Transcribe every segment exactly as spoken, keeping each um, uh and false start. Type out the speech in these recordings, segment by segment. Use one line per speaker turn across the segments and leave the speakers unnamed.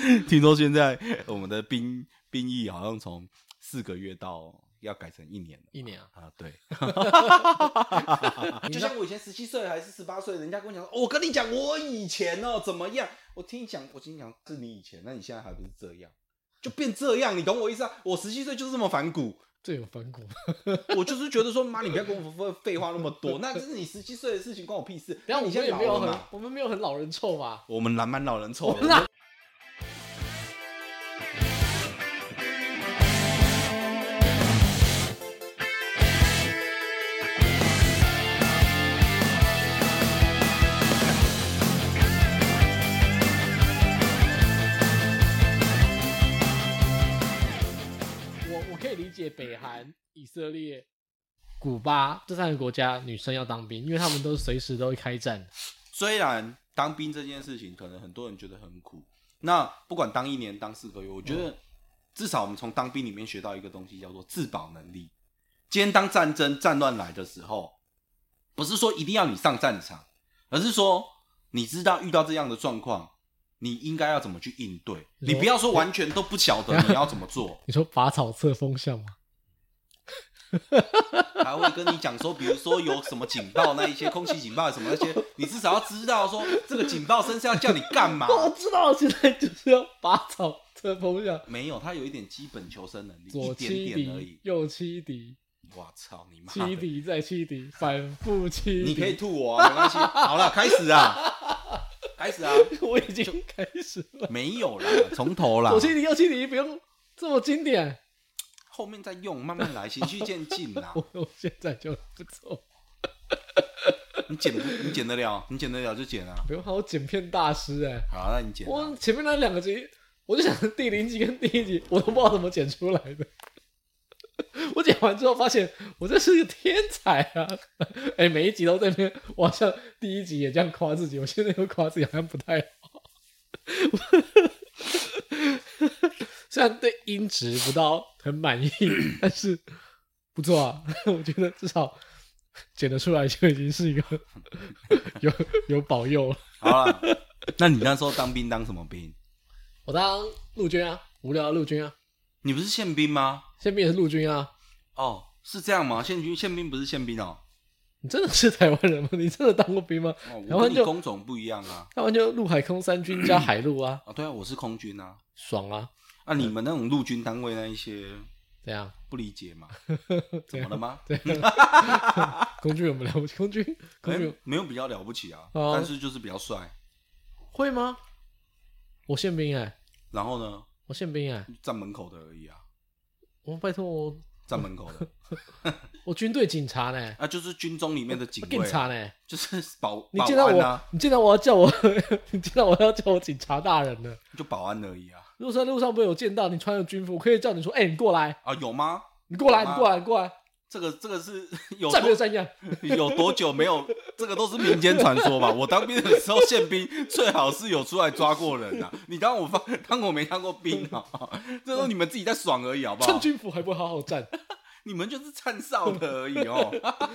听说现在我们的兵兵役好像从四个月到要改成一年了，
一年啊？
啊，对。就像我以前十七岁还是十八岁，人家跟我讲说、哦，我跟你讲，我以前哦怎么样？我听你讲，我心想是你以前，那你现在还不是这样？就变这样，你懂我意思啊？我十七岁就是这么反骨。
这有反骨。
我就是觉得说，妈，你不要跟我废话那么多，那这是你十七岁的事情，关我屁事。
等下
你现在
我们也没有很
老了嘛，
我们没有很老人臭吧？
我们蛮老人臭的。
理解北韩、以色列、古巴这三个国家女生要当兵，因为他们都随时都会开战。
虽然当兵这件事情可能很多人觉得很苦，那不管当一年当四个月，我觉得至少我们从当兵里面学到一个东西，叫做自保能力。今天当战争战乱来的时候，不是说一定要你上战场，而是说你知道遇到这样的状况你应该要怎么去应对，你不要说完全都不晓得你要怎么做。
你说拔草测风向吗？
还会跟你讲说，比如说有什么警报，那一些空气警报什么那些，你至少要知道说这个警报声是要叫你干嘛。
我知道，现在就是要拔草测风向。
没有，他有一点基本求生能力，
左七
点点而已
敌，右七敌。
我操你妈！
七敌再七敌，反复七敌。
你可以吐我啊，没关系。好了，开始啊，开始啊！
我已经开始了。
没有啦，从头啦。
左七敌右七敌，不用这么经典。
后面再用，慢慢来，循序渐进啦。
我我现在就不错。
你剪你剪得了，你剪得了就剪啊。
不用，我剪片大师哎、欸。
好，那你剪、啊。
我前面那两个集，我就想第零集跟第一集，我都不知道怎么剪出来的。我剪完之后发现，我这是个天才啊！哎、欸，每一集都在那边，我好像第一集也这样夸自己，我现在又夸自己好像不太好。虽然对音质不到很满意，但是不错啊！我觉得至少剪得出来就已经是一个有有保佑了。
好了，那你那时候当兵当什么兵？
我当陆军啊，无聊的陆军啊。
你不是宪兵吗？
宪兵也是陆军啊。
哦，是这样吗？宪军宪兵不是宪兵哦。
你真的是台湾人吗？你真的当过兵吗？
哦，我跟你工种不一样啊。
台湾就陆海空三军加海陆啊。
哦，对啊，我是空军啊。
爽啊！
啊，你们那种陆军单位那一些
怎样？
不理解嘛？怎么了吗？
空军有没有了不起？空军空军、欸、
没有比较了不起啊，
哦、
但是就是比较帅。
会吗？我宪兵哎、欸。
然后呢？
我宪兵哎、欸，
站门口的而已啊。
我拜托我
站门口的。
我军队警察呢？
啊，就是军中里面的警卫、啊。
警察呢？
就是保
你见到我，
啊、
你见到我要叫我，你见到我要叫我警察大人了。
就保安而已啊。
如果在路上被我见到你穿着军服，我可以叫你说：“哎、欸，你过来
啊？”有吗？
你过来，你过来，你过来。
这个这个是有
战没有三样，
有多久没有？这个都是民间传说吧。我当兵的时候，宪兵最好是有出来抓过人啊。你当我当当我没当过兵啊？这都你们自己在爽而已，好不好？
穿军服还不好好站，
你们就是站哨的而已哦。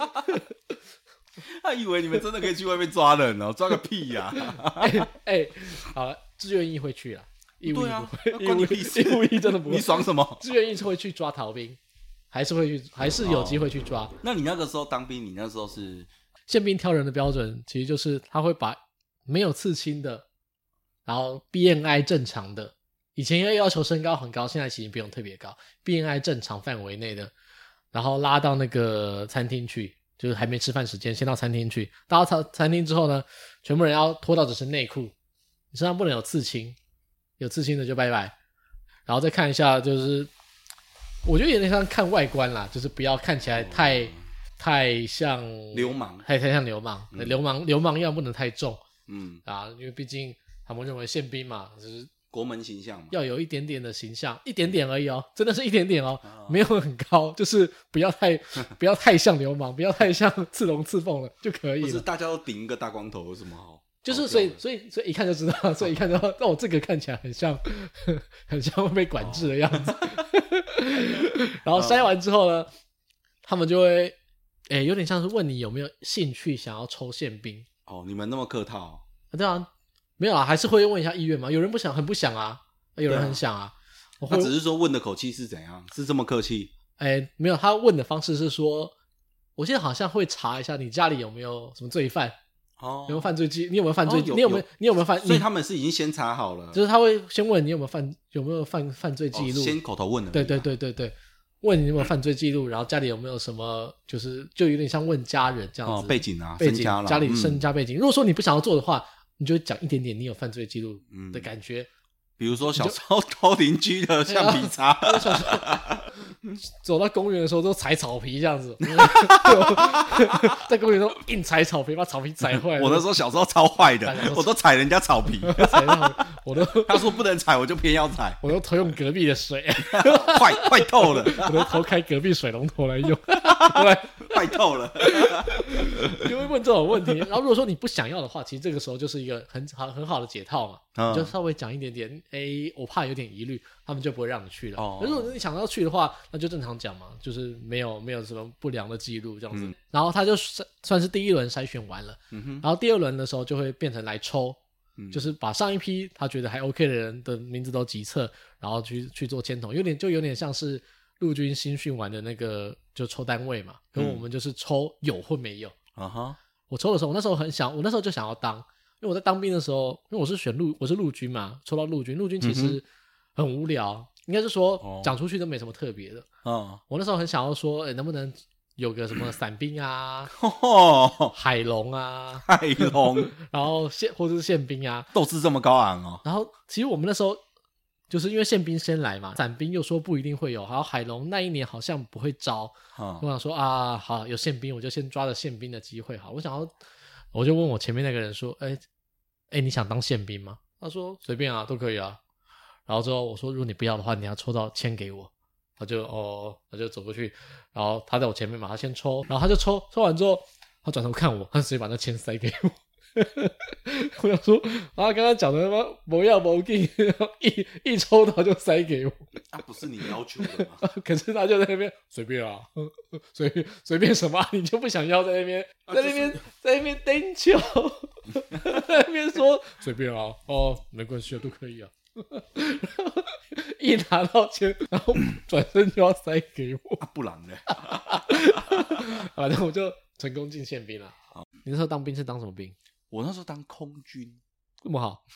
他以为你们真的可以去外面抓人哦，抓个屁呀、
啊！哎、欸欸，好了，志愿役会去啦，义务役
不
会，
关你屁事。
义务役真的不会。
你爽什么？
志愿役会去抓逃兵。还是会去，还是有机会去抓、哦。
那你那个时候当兵，你那时候是
宪兵挑人的标准，其实就是他会把没有刺青的，然后 B M I 正常的，以前要要求身高很高，现在其实不用特别高 ，B M I 正常范围内的，然后拉到那个餐厅去，就是还没吃饭时间，先到餐厅去。到餐餐厅之后呢，全部人要脱到只是内裤，你身上不能有刺青，有刺青的就拜拜，然后再看一下就是。我觉得有点像看外观啦，就是不要看起来太、哦、太像
流氓，
太太像流氓，嗯、流氓流氓样不能太重，
嗯
啊，因为毕竟他们认为宪兵嘛，就是
国门形象嘛，
要有一点点的形象，一点点而已哦，真的是一点点哦，哦没有很高，就是不要太不要太像流氓，不要太像刺龙刺凤了就可以了。
不是大家都顶一个大光头有什么好？
就是所以所以所以一看就知道，所以一看就知道哦，这个看起来很像很像会被管制的样子。哦然后筛完之后呢，他们就会，诶，有点像是问你有没有兴趣想要抽宪兵。
哦，你们那么客套、哦
啊？对啊，没有啊，还是会问一下意愿嘛。有人不想，很不想啊， 有人很想啊。我会
他只是说问的口气是怎样，是这么客气？
哎，没有，他问的方式是说，我现在好像会查一下你家里有没有什么罪犯。哦，有没有犯罪记？你有没有犯罪？
哦、有
你有没有？你有没有犯？
所以他们是已经先查好了，
就是他会先问你有没有犯，有没有犯犯罪记录、
哦，先口头问的。
对对对对对，问你有没有犯罪记录，然后家里有没有什么，就是就有点像问家人这样子，
哦、背景啊，
背景
身家啦
家里身家背景、嗯。如果说你不想要做的话，你就讲一点点你有犯罪记录的感觉。嗯，
比如说小时候偷邻居的橡皮擦，
走到公园的时候都踩草皮这样子，在公园中硬踩草皮，把草皮踩坏。
我那时候小时候超坏的，我都踩人家草皮，
踩到我都
他说不能踩，我就偏要踩，
我都偷用隔壁的水，
坏坏透了，
我都偷开隔壁水龙头来用，
坏透了。
就会问这种问题，然后如果说你不想要的话，其实这个时候就是一个很好很好的解套嘛，嗯、你就稍微讲一点点，哎、欸，我怕有点疑虑，他们就不会让你去了。哦，如果你想要去的话，那就正常讲嘛，就是没有没有什么不良的记录这样子、嗯。然后他就算是第一轮筛选完了、嗯，然后第二轮的时候就会变成来抽，嗯、就是把上一批他觉得还 OK 的人的名字都集册，然后去去做签筒，有点就有点像是陆军新训完的那个就抽单位嘛，可我们就是抽有或没有。啊哈！我抽的时候，我那时候很想，我那时候就想要当，因为我在当兵的时候，因为我是选陆，我是陆军嘛，抽到陆军，陆军其实很无聊，嗯、应该是说讲、哦、出去都没什么特别的。哦，我那时候很想要说，欸、能不能有个什么伞兵啊、哦、海龙啊、
海龙，
然后宪或者是宪兵啊，
斗志这么高昂哦。
然后其实我们那时候就是因为宪兵先来嘛，伞兵又说不一定会有，还有海龙那一年好像不会招。嗯、我想说啊，好有宪兵，我就先抓着宪兵的机会好。我想要，我就问我前面那个人说，哎、欸、哎、欸，你想当宪兵吗？他说随便啊，都可以啊。然后之后我说，如果你不要的话，你要抽到签给我。他就哦，他就走过去，然后他在我前面嘛，他先抽，然后他就抽，抽完之后，他转头看我，他直接把那签塞给我。我想说啊，刚刚讲的什么不要不给，一一抽到就塞给我，
那、啊、不是你要求的吗？
可是他就在那边随便啊，随便随便什么、啊，你就不想要在那边、啊、在那边、就是、在那边蹬球，在那边说随便啊，哦没关系啊，都可以啊。一拿到钱，然后转身就要塞给我，
啊、不然呢？
反正我就成功进宪兵了。你那时候当兵是当什么兵？
我那时候当空军，
这么好。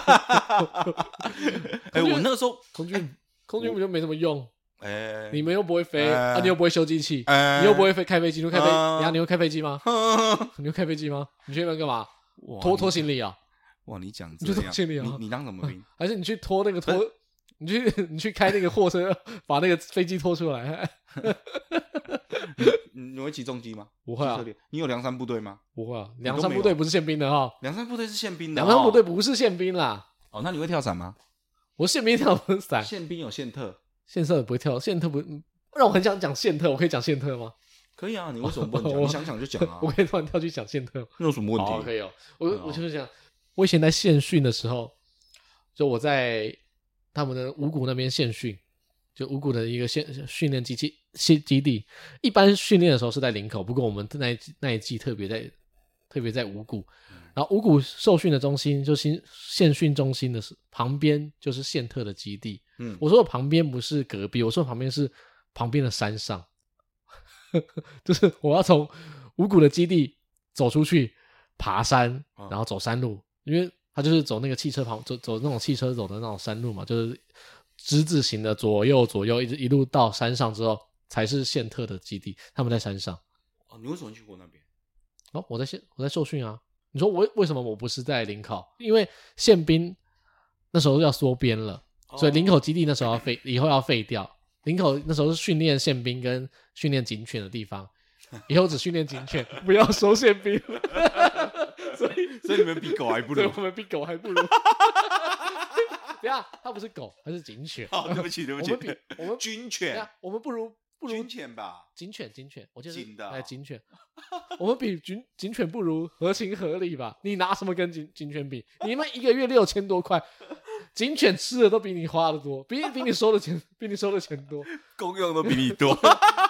哎、欸，我那个时候
空军，欸、空军不就没什么用？哎、欸，你们又不会飞、欸、啊，你又不会修机器、欸，你又不会飞开飞机，你会开飞？你、呃、你会开飞机吗？你会开飞机吗？你去那边干嘛？拖拖行李啊？
哇，你讲
这样，你就拖行李啊？
你你当什么兵？
还是你去拖那个拖？你去你去开那个货车，把那个飞机拖出来。
你, 你会起重机吗？
不会啊。
你有梁山部队吗？
不会啊。梁山部队不是宪兵的哈。
梁山部队是宪兵的。
梁山部队不是宪兵啦。
哦，那你会跳伞吗？
我宪兵跳不是伞。
宪兵有宪特，
宪特不会跳，宪特不让我很想讲宪特，我可以讲宪特吗？
可以啊，你为什么不能讲？你想讲就讲啊。
我可以突然跳去讲宪特，
那有什么问题？
好，可以哦。我我就是讲，我以前在宪训的时候，就我在他们的五股那边宪训，就五股的一个训训练基地基地。一般训练的时候是在林口，不过我们那一那一季特别在特别在五股。然后五股受训的中心就是宪训中心的旁边就是宪特的基地。嗯，我说的旁边不是隔壁，我说的旁边是旁边的山上。就是我要从五股的基地走出去爬山，然后走山路，因为他就是走那个汽车旁走走那种汽车走的那种山路嘛，就是之字形的左右左右一直一路到山上之后才是宪特的基地，他们在山上。
哦，你为什么去过那边？
哦，我在宪我在受训啊。你说我为什么我不是在林口？因为宪兵那时候要缩编了，哦，所以林口基地那时候要废，以后要废掉。林口那时候是训练宪兵跟训练警犬的地方，以后只训练警犬，不要收宪兵了。所以，
所以你们比狗还不如，
对，我们比狗还不如。等一下，它不是狗，它是警犬。
哦，对不起，对不起，
我们比我们
军犬，
我们不如不如
军犬吧？
警犬，警犬，我记得
警的，
哎，警犬，我们比警警犬不如，合情合理吧？你拿什么跟警警犬比？你们一个月六千多块。警犬吃的都比你花的多，比比你收的钱比你收的钱多，
公用都比你多。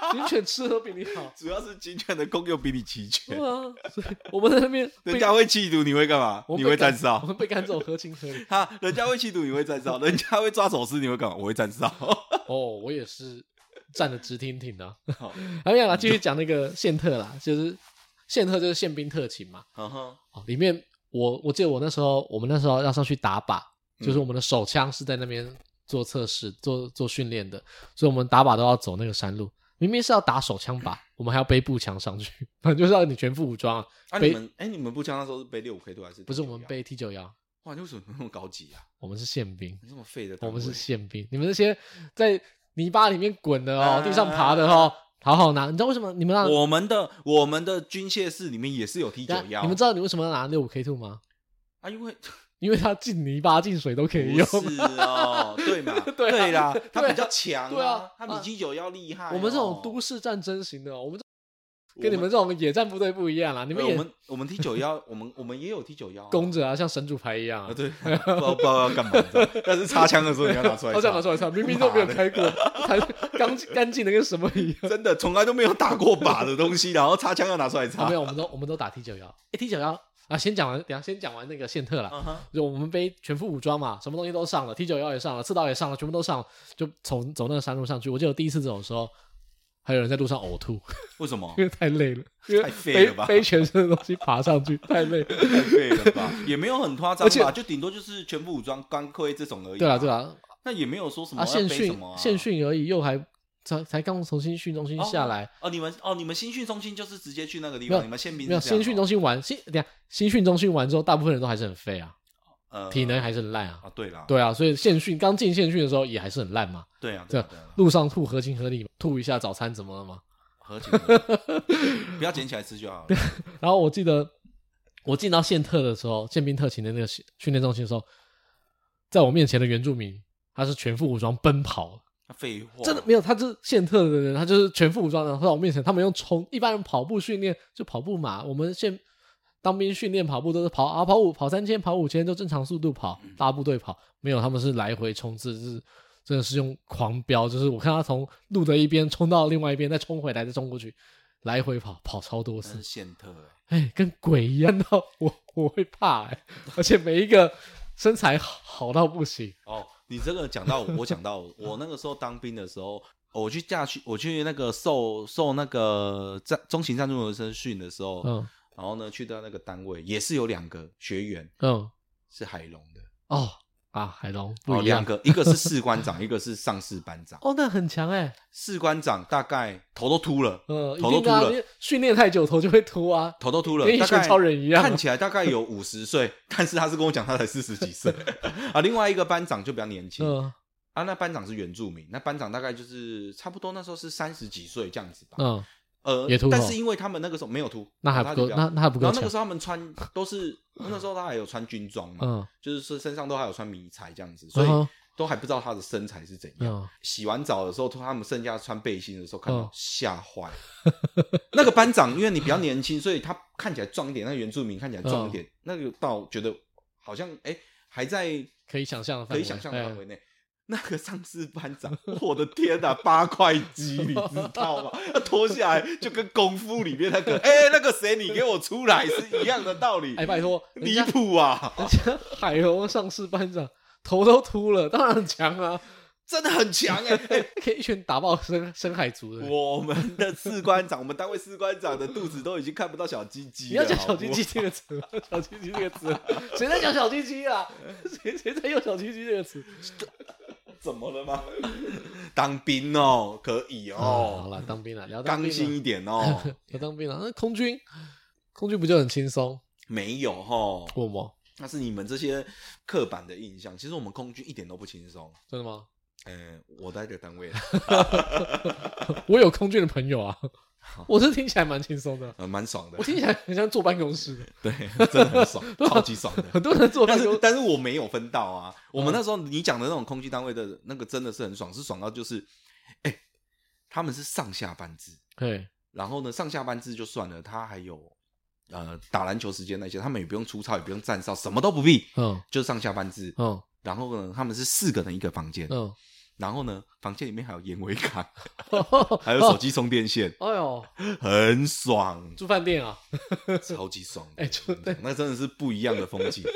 警犬吃的都比你好。
主要是警犬的功用比你齐全。
对啊，所以我们在那边
人家会缉毒，你会干嘛？你会站哨。
我们被赶走，合情合理。
哈，人家会缉毒，你会站哨；人家会抓走私，你会干嘛？我会站哨。
哦，我也是站得直挺挺的、啊。好，还没有啦，继续讲那个宪特啦，就是宪特就是宪兵特勤嘛。
嗯哼，
哦，里面我我记得我那时候我们那时候要上去打靶，就是我们的手枪是在那边做测试、做做训练的，所以我们打靶都要走那个山路。明明是要打手枪靶，我们还要背步枪上去，反正就是要你全副武装啊。
啊，你们哎、欸，你们步枪那时候是背六五 K two还是？
不是，我们背 T 九一。
哇，你为什么那么高级啊？
我们是宪兵，
你这么废的。
我们是宪兵，你们那些在泥巴里面滚的哦，啊、地上爬的哦，好好拿。你知道为什么你们让
我们的我们的军械室里面也是有 T 九一？
你们知道你为什么要拿六五 K two 吗？
啊，因为。
因为它进泥巴、进水都可以用。
不是哦，对嘛？
对、啊、
对啦，它比较强、啊，
对啊，
它比 T 九一厉害、哦。
我们这种都市战争型的、哦，我们跟你们这种野战部队不一样啦。你们也
我们我们 T 九一，我们我们也有 T 九一、啊，
弓着啊，像神主牌一样啊。
啊对，不知道不知道要干嘛，但是插枪的时候你要拿出来，
好想拿出来插，明明都没有开过，才刚干净的跟什么一样。
真的，从来都没有打过靶的东西，然后插枪要拿出来插。
啊、没有，我们都我们都打 T 九一。哎 ，T 九一。啊，先讲完，等一下先讲完那个宪特啦。Uh-huh. 就我们背全副武装嘛，什么东西都上了 ，T 九一也上了，刺刀也上了，全部都上了，就从走那个山路上去。我记得我第一次走的时候，还有人在路上呕吐。
为什么？
因为太累了，因为
太废了吧？
背全身的东西爬上去，太累了，
太废了吧？也没有很夸张吧？就顶多就是全副武装、钢盔这种而已。
对啊，对啊，
那也没有说什么
啊，现训
啊
现训而已，又还。才才刚从新训中心下来
哦, 哦，你们哦，你们新训中心就是直接去那个地方，你们宪兵是
没有新训中心完，新等下新训中心完之后，大部分人都还是很废啊，
呃，
体能还是很烂啊。
啊，对啦，
对啊，所以现训刚进现训的时候也还是很烂嘛。
对啊，
对啊，路上吐合情合理，吐一下早餐怎么了吗？
合情合理，不要捡起来吃就好了。
然后我记得我进到宪特的时候，宪兵特勤的那个训练中心的时候，在我面前的原住民他是全副武装奔跑。
废话，
真的没有，他是宪特的人，他就是全副武装的。在我面前，他们用冲，一般人跑步训练就跑步嘛，我们现当兵训练跑步都是跑啊，跑五跑三千，跑五千，就正常速度跑，大部队跑，没有，他们是来回冲刺，是真的是用狂飙，就是我看他从路的一边冲到另外一边，再冲回来，再冲过去，来回跑，跑超多次。
是宪特
哎、欸，跟鬼一样到我我会怕哎、欸，而且每一个身材好到不行
哦。你这个讲到我讲到我那个时候当兵的时候，我去驾去我去那个受受那个战中型战术人生训的时候，嗯，然后呢去到那个单位也是有两个学员，嗯，是海龙的
哦啊，海龙不一样，
两、哦、个一个是士官长，一个是上士班长。
哦，那很强哎、欸！
士官长大概头都秃了，
嗯，
头都秃了，
训练太久头就会秃啊，
头都秃了，
跟一拳超人一样，
看起来大概有五十岁，但是他是跟我讲他才四十几岁啊。另外一个班长就比较年轻、嗯、啊，那班长是原住民，那班长大概就是差不多那时候是三十几岁这样子吧，嗯。呃，
也秃，
但是因为他们那个时候没有秃，
那还不够，那那还不够。
然后那个时候他们穿都是，那时候他还有穿军装嘛，嗯，就是身上都还有穿迷彩这样子，所以都还不知道他的身材是怎样。嗯、洗完澡的时候，他们剩下穿背心的时候，看到吓坏。嗯、那个班长，因为你比较年轻，所以他看起来壮一点，那个原住民看起来壮一点，嗯、那个倒觉得好像哎、欸、还在
可以想象的
可以想象的范围内。那个上士班长，我的天哪，八块肌，你知道吗？他脱下来就跟功夫里面那个，哎、欸，那个谁，你给我出来是一样的道理。
哎，拜托，
离谱啊！
人家海龙上士班长头都秃了，当然很强啊，
真的很强哎、欸，
可以一拳打爆深深海族的。
我们的士官长，我们单位士官长的肚子都已经看不到小鸡鸡了。
你要讲小鸡鸡这个词吗？小鸡鸡这个词，谁在讲小鸡鸡啊？谁谁在用小鸡鸡这个词？
怎么了吗？当兵哦，可以哦。
啊、好了，当兵了，聊当兵
刚心一点哦。
聊当兵了，那空军，空军不就很轻松？
没有哈，
为什么？
那是你们这些刻板的印象。其实我们空军一点都不轻松。
真的吗？
呃，我在这个单位，
我有空军的朋友啊。我是听起来蛮轻松的，
呃，蛮爽的。
我听起来很像坐办公室的，
对，真的很爽，超级爽的。
很多人坐办公室，
但是我没有分到啊。我们那时候你讲的那种空军单位的那个真的是很爽，是爽到就是，哎、欸，他们是上下班制，
对，
然后呢，上下班制就算了，他还有呃打篮球时间那些，他们也不用出操，也不用站哨，什么都不必，嗯，就上下班制，嗯，然后呢，他们是四个人一个房间，嗯。 然后呢，房间里面还有烟灰缸，还有手机充电线，
哎呦，
很爽，
住饭店啊，
超级爽的。
哎、就对，
那真的是不一样的风景，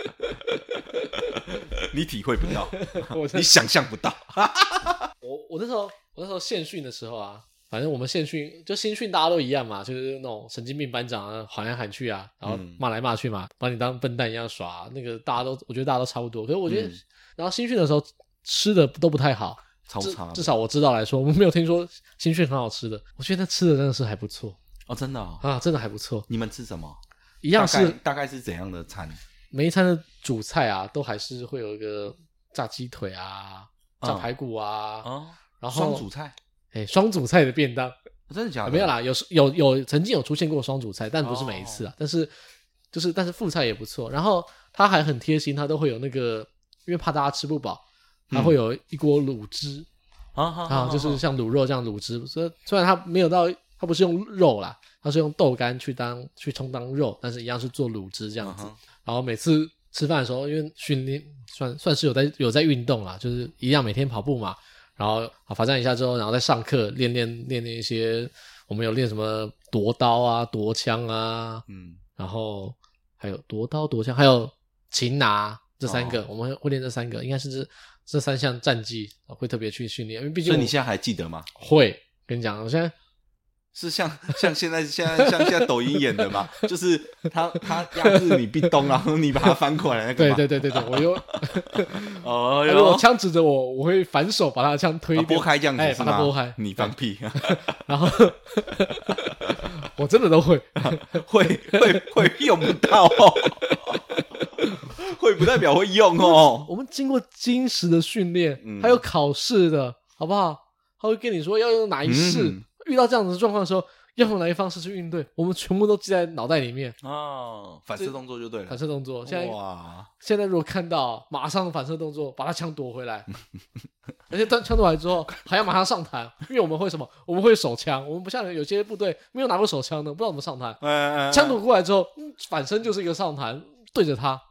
你体会不到，你想象不到。
我我那时候我那时候县训的时候啊，反正我们县训就新训大家都一样嘛，就是那种神经病班长啊，喊来喊去啊，然后骂来骂去嘛，把你当笨蛋一样耍、啊，那个大家都我觉得大家都差不多。可是我觉得，嗯、然后新训的时候吃的都不太好，
超差的。
至少我知道来说，我们没有听说新训很好吃的。我觉得吃的真的是还不错
哦，真的、哦、
啊，真的还不错。
你们吃什么？
一样是
大概, 大概是怎样的餐？
每一餐的主菜啊，都还是会有一个炸鸡腿啊、炸排骨啊，
哦，
然后
双主菜，
哎，双主菜的便当。
真的假的？
啊、没有啦，有有有曾经有出现过双主菜，但不是每一次啦。哦、但是就是但是副菜也不错。然后他还很贴心，他都会有那个，因为怕大家吃不饱，他会有一锅卤汁、嗯、啊, 啊，就是像卤肉这样卤汁。所以虽然他没有到，他不是用肉啦，他是用豆干去当去充当肉，但是一样是做卤汁这样子。嗯、然后每次吃饭的时候，因为训练算算是有在有在运动啦，就是一样每天跑步嘛。然后罚站一下之后，然后再上课练练练练一些，我们有练什么夺刀啊、夺枪啊，嗯，然后还有夺刀、夺枪，还有擒拿这三个，哦、我们会练这三个，应该是这这三项战技会特别去训练，因为毕竟。
所以你现在还记得吗？
会，跟你讲，我现在。
是像像现在现在像现在抖音演的嘛，就是他他压制你壁咚，然后你把它翻过来那个嘛。
对对对对对，我又
哦，
如果枪指着我，我会反手把他的枪推
拨开这样子是吗？
哎，把它拨开。
你放屁！
然后我真的都会
会会会用不到哦，会不代表会用哦。
我们经过精实的训练，嗯、还有考试的，好不好？他会跟你说要用哪一式。嗯遇到这样子的状况的时候，要用哪一方式去应对，我们全部都记在脑袋里面。
哦，反射动作就对了。
反射动作，现在
哇，
现在如果看到，马上反射动作，把他枪夺回来，而且当枪夺回来之后，还要马上上膛，因为我们会什么？我们会手枪，我们不像有些部队没有拿过手枪的，不知道怎么上膛。
嗯、
枪夺过来之后，反身就是一个上膛，对着他。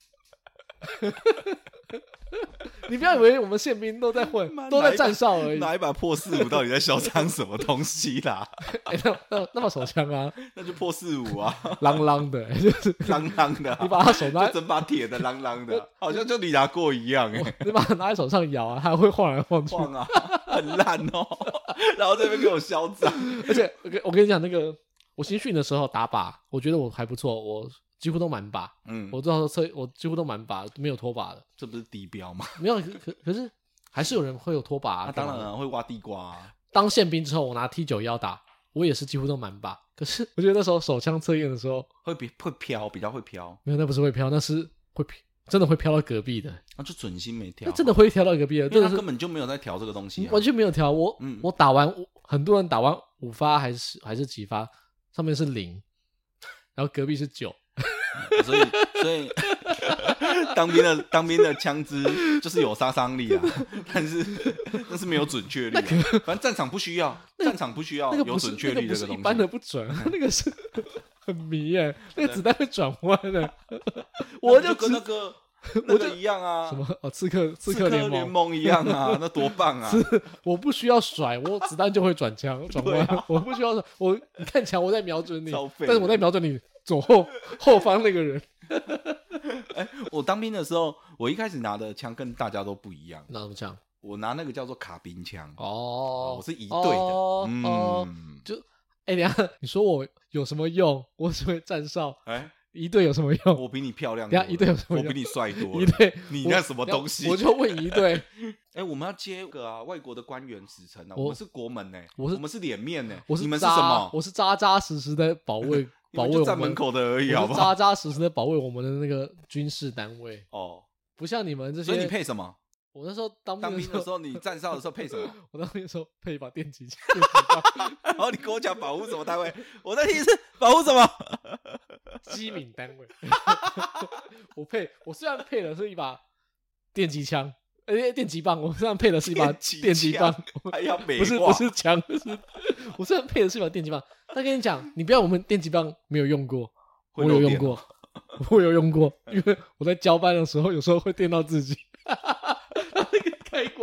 你不要以为我们宪兵都在混，都在站哨而已。
拿一把破四五，到底在嚣张什么东西啦？
哎、欸，那那那把手枪啊，
那就破四五啊，
啷啷的、欸，就是
啷啷的、啊。
你把他手拿，
就整把铁的啷啷的，好像就你拿过一样哎、欸。
你把它拿在手上摇啊，它会晃来晃去，
晃啊，很烂哦。然后这边给我嚣张，
而且我跟我跟你讲，那个我新训的时候打靶，我觉得我还不错，我。几乎都满靶，嗯，我知道测我几乎都满靶，没有脱靶的，
这不是低标吗？
没有，可可是还是有人会有脱靶啊。
那、啊、当然了，会挖地瓜、啊。
当宪兵之后，我拿 T 九一 打，我也是几乎都满靶。可是我觉得那时候手枪测验的时候
会比会飘，比较会飘。
没有，那不是会飘，那是会真的会飘到隔壁的。
那、啊、就准心没调，
那真的会调到隔壁的，
因为他根本就没有在调这个东西、啊，
完全没有调。我、嗯、我打完，很多人打完五发还是还是几发，上面是零，然后隔壁是九。
所以，所以当兵的当兵的枪支就是有杀伤力啊，但是但是没有准确率、啊。反正战场不需要，那个、战场不需要有准确率这个东西。那个、
一般的不准，那个是很迷耶，那个子弹会转弯的。我
就跟那个那个一样啊，
什么哦，刺客刺
客
联
盟, 盟一样啊，那多棒啊！
我不需要甩，我子弹就会转枪转弯、啊。我不需要甩，我你看墙，我在瞄准你，但是我在瞄准你左后后方那个人。
哎、欸，我当兵的时候，我一开始拿的枪跟大家都不一样。
拿什么枪？
我拿那个叫做卡宾枪。
哦，
我是一队的。
哦，
嗯，
哦就哎，等一下你说我有什么用？我只会站哨。
哎、欸。
一队有什么用？
我比你漂亮多。
等一下一队有什么用？
我比你帅多。
一队，
你那什么东西？
我, 我就问一队。
哎、欸，我们要接个啊，外国的官员使臣啊，我们是国门呢、欸，
我是
我们是脸面呢、欸，
我是
你们是什么？
我是扎扎实实的保卫，保卫我们
站门口的而已，好不好？
扎扎实实的保卫我们的那个军事单位。
哦，
不像你们这些。
所以你配什么？
我那时候当
兵的时候，当兵的时候你站哨的时候配什么？
我当兵的时候配一把电击枪。
然后你跟我讲保护什么单位？我在提示保护什么？
机敏单位。我配，我虽然配的是一把电击枪，呃、欸，电击棒，我虽然配的是一把电击棒，
还要美化，
不是不是枪，是我虽然配的是一把电击棒，但跟你讲，你不要我们电击棒没有用过，我有用过，我有用过，因为我在交班的时候，有时候会电到自己。那个开关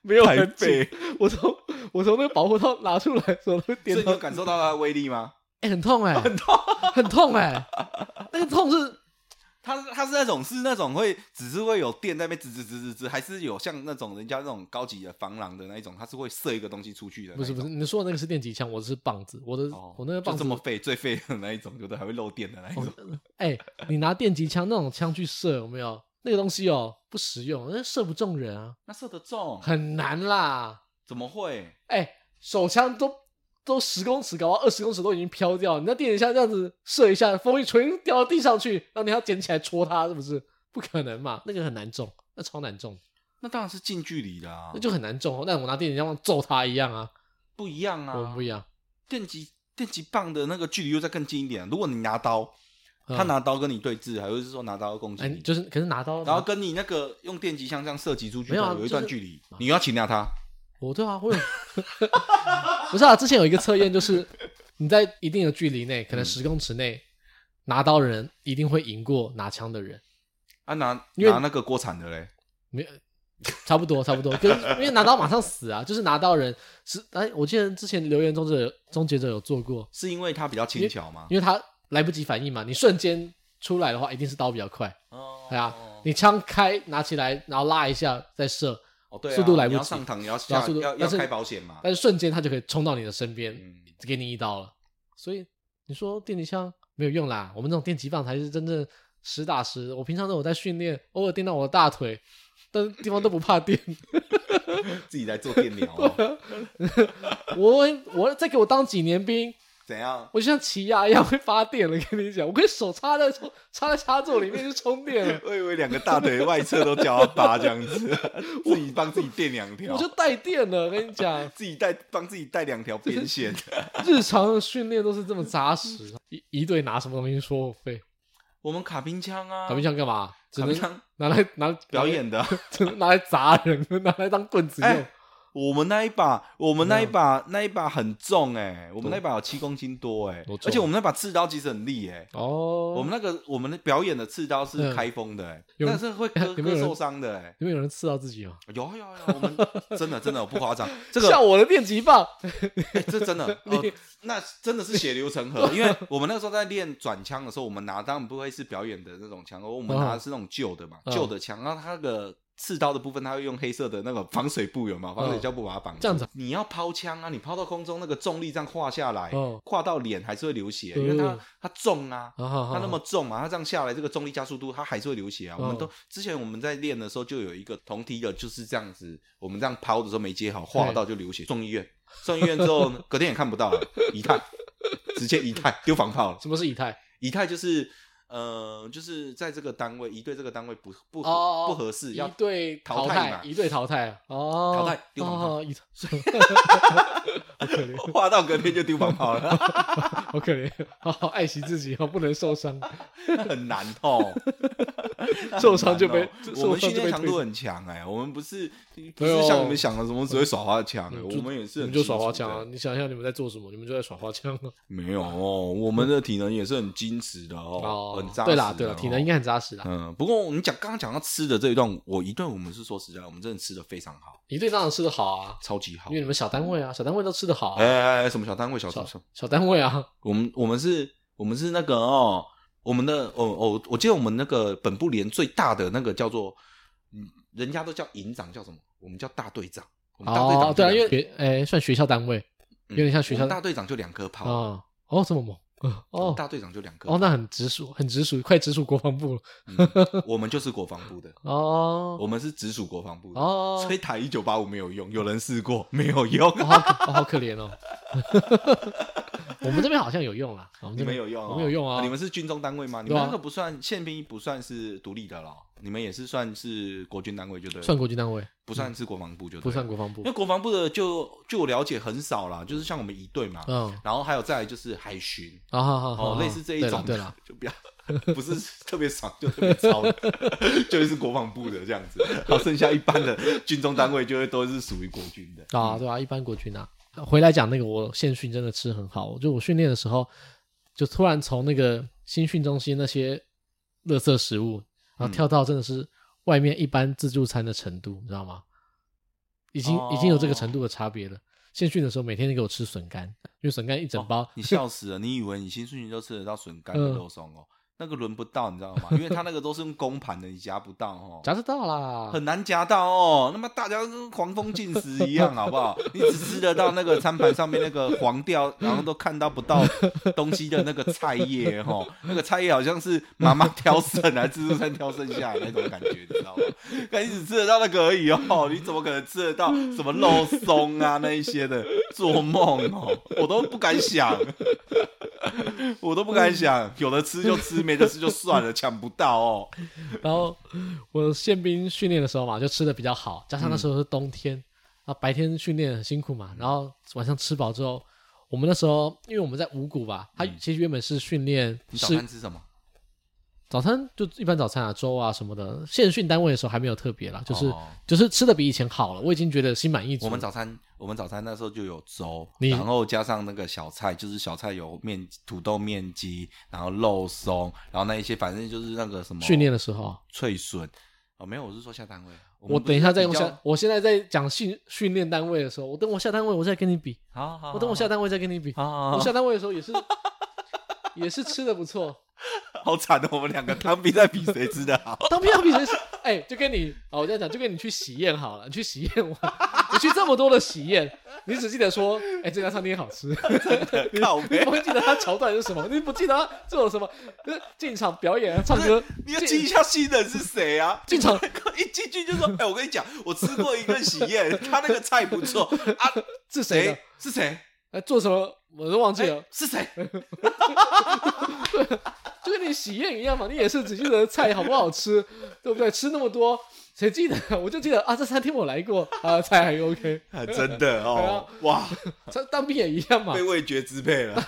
没有很紧
太废。
我从我从那个保护套拿出来的时候，都电到
所以你有感受到它的威力吗？
哎、欸，很痛哎、欸，
很痛，
很痛哎、欸，那个痛是。
它它是那种是那种会只是会有电在那边吱吱吱吱吱，还是有像那种人家那种高级的防狼的那一种，它是会射一个东西出去的？
不是不是，你说的那个是电击枪，我是棒子，我的、哦、我那个棒子
就这么废，最废的那一种，对不对？还会漏电的那一种。
哎、哦欸，你拿电击枪那种枪去射，有没有那个东西哦？不实用，那射不中人啊。
那射得中
很难啦。
怎么会？
哎、欸，手枪都。都十公尺高，二十公尺都已经飘掉。你那电击枪这样子射一下，风一吹掉到地上去，然后你要捡起来戳它，是不是？不可能嘛，那个很难中，那超难中。
那当然是近距离的啊，
那就很难中。那我拿电击枪揍他一样啊，
不一样啊，
我们不一样。
电击电击棒的那个距离又再更近一点。如果你拿刀，他拿刀跟你对峙，还是说拿刀攻击你、
欸？就是可是拿刀，
然后跟你那个用电击枪这样射击出去的，
没有、啊、
有一段距离，就是、你要擒拿他。
我对啊，我有不是啊，之前有一个测验，就是你在一定的距离内，可能十公尺内、嗯、拿刀的人一定会赢过拿枪的人。
啊，拿拿那个锅铲的嘞，
没差不多差不多，跟因为拿刀马上死啊，就是拿刀人是哎，我记得之前留言终结者终结者有做过，
是因为他比较轻巧吗？
因为他来不及反应嘛，你瞬间出来的话，一定是刀比较快。
哦，
对啊，你枪开拿起来，然后拉一下再射。
哦，对啊，
速度来不及，
你要上膛，你要下
速度
要要开保险嘛。
但是瞬间他就可以冲到你的身边，
嗯，
给你一刀了。所以你说电击枪没有用啦，我们这种电击棒才是真正实打实的。我平常都有在训练，偶尔电到我的大腿，但是地方都不怕电。
自己来做电疗、哦。
我我再给我当几年兵。
怎样？
我就像奇亚一样会发电了，跟你讲，我可以手插在插在插座里面就充电了。
我以为两个大腿外侧都叫他拔这样子，自己帮自己电两条，
我就带电了，跟你讲，
自己带帮自己带两条边线。
日常的训练都是这么扎实，一一队拿什么东西说我废？
我们卡宾枪啊，
卡宾枪干嘛？
卡宾枪
拿来拿
表演的，
只能拿来砸人，拿来当棍子用。欸
我们那一把，我们那一把，那一把很重哎、欸，我们那一把有七公斤多哎、欸，而且我们那把刺刀其实很利哎、欸。哦，我们那个我们的表演的刺刀是开封的哎、欸，嗯、那是会割割受伤的哎、欸。
有没有人刺到自己吗？
有有有，我们真的真的我不夸张，这个
像我的电击棒，
欸、这真的，呃、那真的是血流成河。因为我们那时候在练转枪的时候，我们拿当然不会是表演的那种枪，我们拿的是那种旧的嘛，旧、哦、的枪，然后它那个。刺刀的部分，它会用黑色的那个防水布，有没有？防水胶布把它绑住。
这样子，
你要抛枪啊，你抛到空中，那个重力这样跨下来，
哦、
跨到脸还是会流血，因为它它重啊，
哦、
它那么重嘛，它这样下来，这个重力加速度，它还是会流血啊。哦、我们都之前我们在练的时候，就有一个同梯的，就是这样子，我们这样抛的时候没接好，划到就流血，送医院。送医院之后，隔天也看不到了，乙太，直接乙太丢防炮了。
什么是乙太？
乙太就是。呃，就是在这个单位，一队这个单位不不合、
哦、
不合适，要
一队
淘汰嘛，
一队淘汰哦，
淘汰丢防炮，
哦、
好可怜，画到隔天就丢防炮了，
好可怜，好好爱惜自己哦，不能受伤，
很难哦，
受伤就被，
哦、我们训练强度很强哎、欸，我们不是不是像你们想的什么只会耍花枪、欸，我们也是很，
你们就耍花枪啊！你想一下你们在做什么？你们就在耍花枪啊！
没有哦，我们的体能也是很矜持的哦。哦很扎实，
对啦对啦，体能应该很扎实啦。
嗯，不过你讲刚刚讲到吃的这一段，我一顿我们是说实在，我们真的吃的非常好。
一队当然吃的好啊，
超级好，
因为你们小单位啊，小单位都吃的好、啊。
哎哎哎，什么小单位？小
小小单位啊，
我们我们是，我们是那个哦，我们的哦哦，我记得我们那个本部连最大的那个叫做，嗯，人家都叫营长，叫什么？我们叫大队长。我们大队长
哦，对啊，因为学哎算学校单位，有点像学校。
嗯、大队长就两颗炮
啊，哦这么猛。
哦，大队长就两颗
哦，那很直属，很直属，快直属国防部了。
嗯、我们就是国防部的
哦，
我们是直属国防部的
哦，
所以打一九八五没有用，有人试过没有用，
哦、好, 可、哦、好可怜哦。我们这边好像有用啦，我们这边
你们有用、哦，
我们有用啊。
你们是军中单位吗？你们那个不算宪兵，不算是独立的了，你们也是算是国军单位就对了，
算国军单位，
不算是国防部就对了、嗯、
不算国防部，
因为国防部的就据我了解很少啦，就是像我们一队嘛，嗯，然后还有再来就是海巡
啊，好好好，
哦，类似这一种，
对了，
就不要不是特别爽，就特别糙的，就是国防部的这样子，然后剩下一般的军中单位就会都是属于国军的
啊，对啊，一般国军啊。回来讲那个，我现训真的吃很好，就我训练的时候，就突然从那个新训中心那些垃圾食物，然后跳到真的是外面一般自助餐的程度，你知道吗？ 已经、哦、已经有这个程度的差别了。现训的时候每天都给我吃笋干，因为笋干一整包、哦、
你笑死了。你以为你新训就吃得到笋干跟肉松哦、嗯，那个轮不到你知道吗？因为他那个都是用公盘的，你夹不到哦，
夹得到啦，
很难夹到哦。那么大家跟黄蜂进食一样好不好？你只吃得到那个餐盘上面那个黄掉，然后都看到不到东西的那个菜叶哦，那个菜叶好像是妈妈挑剩还是自助餐挑剩下来那种感觉，你知道吗？但你只吃得到那个而已哦，你怎么可能吃得到什么肉松啊那一些的？做梦哦，我都不敢想。我都不敢想，有的吃就吃，没得吃就算了，抢不到哦。
然后我宪兵训练的时候嘛，就吃的比较好，加上那时候是冬天，啊、嗯，白天训练很辛苦嘛，然后晚上吃饱之后，我们那时候因为我们在五股吧，它其实原本是训练、嗯。
你早餐吃什么？
早餐就一般早餐啊，粥啊什么的。现训单位的时候还没有特别啦，就是、哦、就是吃的比以前好了，我已经觉得心满意足。
我们早餐我们早餐那时候就有粥，然后加上那个小菜，就是小菜有面土豆面筋，然后肉松，然后那一些反正就是那个什么
训练的时候
脆笋哦，没有，我是说下单位。
我等一下再用下，我现在在讲训训练单位的时候，我等我下单位我再跟你比。
好， 好， 好，
我等我下单位再跟你比。
好好好，
我下单位的时候也是也是吃的不错。
好惨的，我们两个当兵在比谁吃的好。
当兵要比谁吃？哎、欸，就跟你，哦，我这样讲，就跟你去喜宴好了，你去喜宴玩，你去这么多的喜宴，你只记得说，哎、欸，这家餐厅好吃，
真的，靠北，
你不会记得他桥段是什么，你不记得他做了什么，进场表演、唱歌，
你要记一下新人是谁啊？
进场
一进去就说，哎、欸，我跟你讲，我吃过一个喜宴，他那个菜不错啊，
是谁的？
是谁？
哎，做什么我都忘记了，欸、
是谁？
就跟你喜宴一样嘛，你也是只记得菜好不好吃，对不对？吃那么多，谁记得？我就记得啊，这餐厅我来过啊，菜还 OK，
啊、真的哦，啊、哇，
当兵也一样嘛，
被味觉支配了。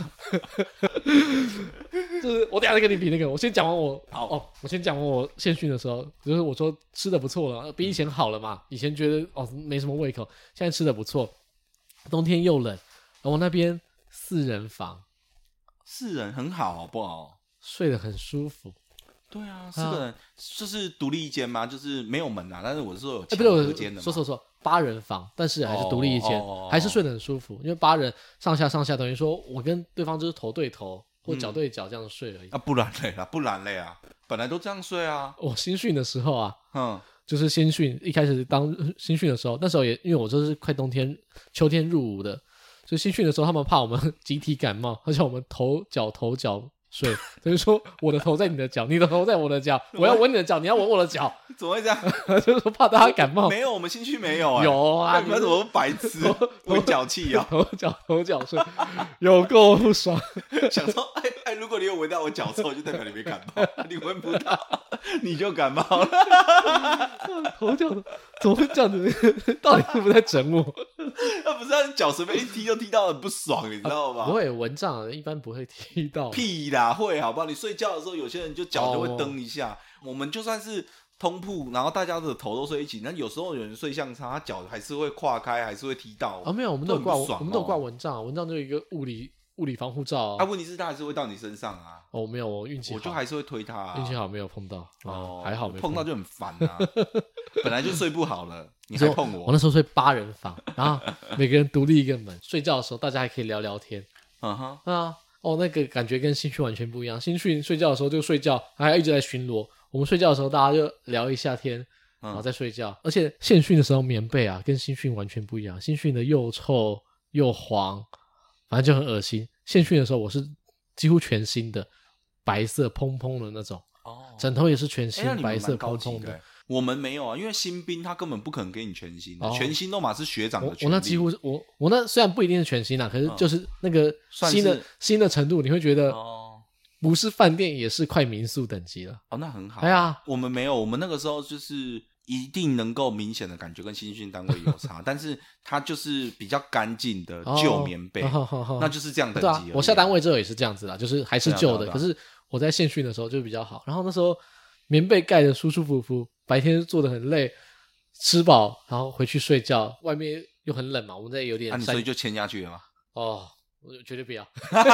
就是我等一下再跟你比那个，我先讲完我
好
哦，我先讲完我现训的时候，就是我说吃的不错了，比以前好了嘛。以前觉得哦没什么胃口，现在吃的不错。冬天又冷，然后我那边四人房，
四人很好，好不好？
睡得很舒服。
对啊，四个人、啊、就是独立一间吗？就是没有门啊，但是我是说有墙隔间的嘛。
说说说，八人房，但是还是独立一间、
哦，
还是睡得很舒服。因为八人上下上下，等于说我跟对方就是头对头或脚对脚这样睡而已。
嗯、啊，不然累啊，不然累啊，本来都这样睡啊。
我新训的时候啊，
嗯，
就是新训一开始当新训的时候，那时候也因为我就是快冬天、秋天入伍的，所以新训的时候他们怕我们集体感冒，而且我们头脚头脚。睡，等于说我的头在你的脚，你的头在我的脚，我要闻你的脚，你要闻我的脚，
怎么会这样？
就是说怕大家感冒。
没有，我们新区没有、欸，
有啊，
你们怎么白痴？闻脚气啊，
头脚头脚睡，有够不爽。
想说，哎哎，如果你有闻到我脚臭，就代表你没感冒；你闻不到，你就感冒了。
头脚怎么会这样子？到底是不是在整我？
他不是他脚随便一踢就踢到很不爽，你知道吗？
不会蚊帐，一般不会踢到。
屁啦，会好不好？你睡觉的时候，有些人就脚就会蹬一下。Oh. 我们就算是通铺，然后大家的头都睡一起，那有时候有人睡相差，他脚还是会跨开，还是会踢到。
哦，没有，我们都有挂，
哦、
我们都有挂蚊帐，蚊帐就有一个物理物理防护罩、啊。
啊，问题是他还是会到你身上啊。
哦，没有，我运气好，
我就还是会推他、啊。
运气好，没有碰到。哦，还好没
碰到就很烦啊。本来就睡不好了，你还碰我。
我那时候睡八人房，然后每个人独立一个门，睡觉的时候大家还可以聊聊天。
嗯哼，
啊。哦，那个感觉跟新训完全不一样。新训睡觉的时候就睡觉，还一直在巡逻。我们睡觉的时候，大家就聊一下天，然后再睡觉。嗯、而且现训的时候棉被啊，跟新训完全不一样。新训的又臭又黄，反正就很恶心。现训的时候，我是几乎全新的，白色蓬蓬的那种。哦，枕头也是全新、欸、白色蓬蓬的。
我们没有啊，因为新兵他根本不可能给你全新的、哦，全新都嘛是学长的权利。
我那几乎是我我那虽然不一定是全新啦，可是就是那个新的、嗯、新的程度，你会觉得不是饭店也是快民宿等级了。
哦，那很好。
哎呀，
我们没有，我们那个时候就是一定能够明显的感觉跟新训单位有差，但是它就是比较干净的旧棉被、哦哦哦，那就是这样等级而已、啊。
对啊，我下单位之后也是这样子啦，就是还是旧的，可是我在现训的时候就比较好。然后那时候棉被盖得舒舒服服。白天做得很累，吃饱然后回去睡觉，外面又很冷嘛，我们这有点。
那、啊、你所以就签下去了吗？
哦，我绝对不要。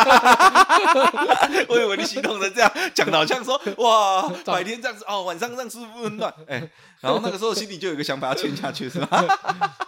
我以为你心痛成这样，讲的好像说哇，白天这样子哦，晚上这样舒服温暖，哎、欸，然后那个时候心里就有一个想法要签下去是吧？
呃，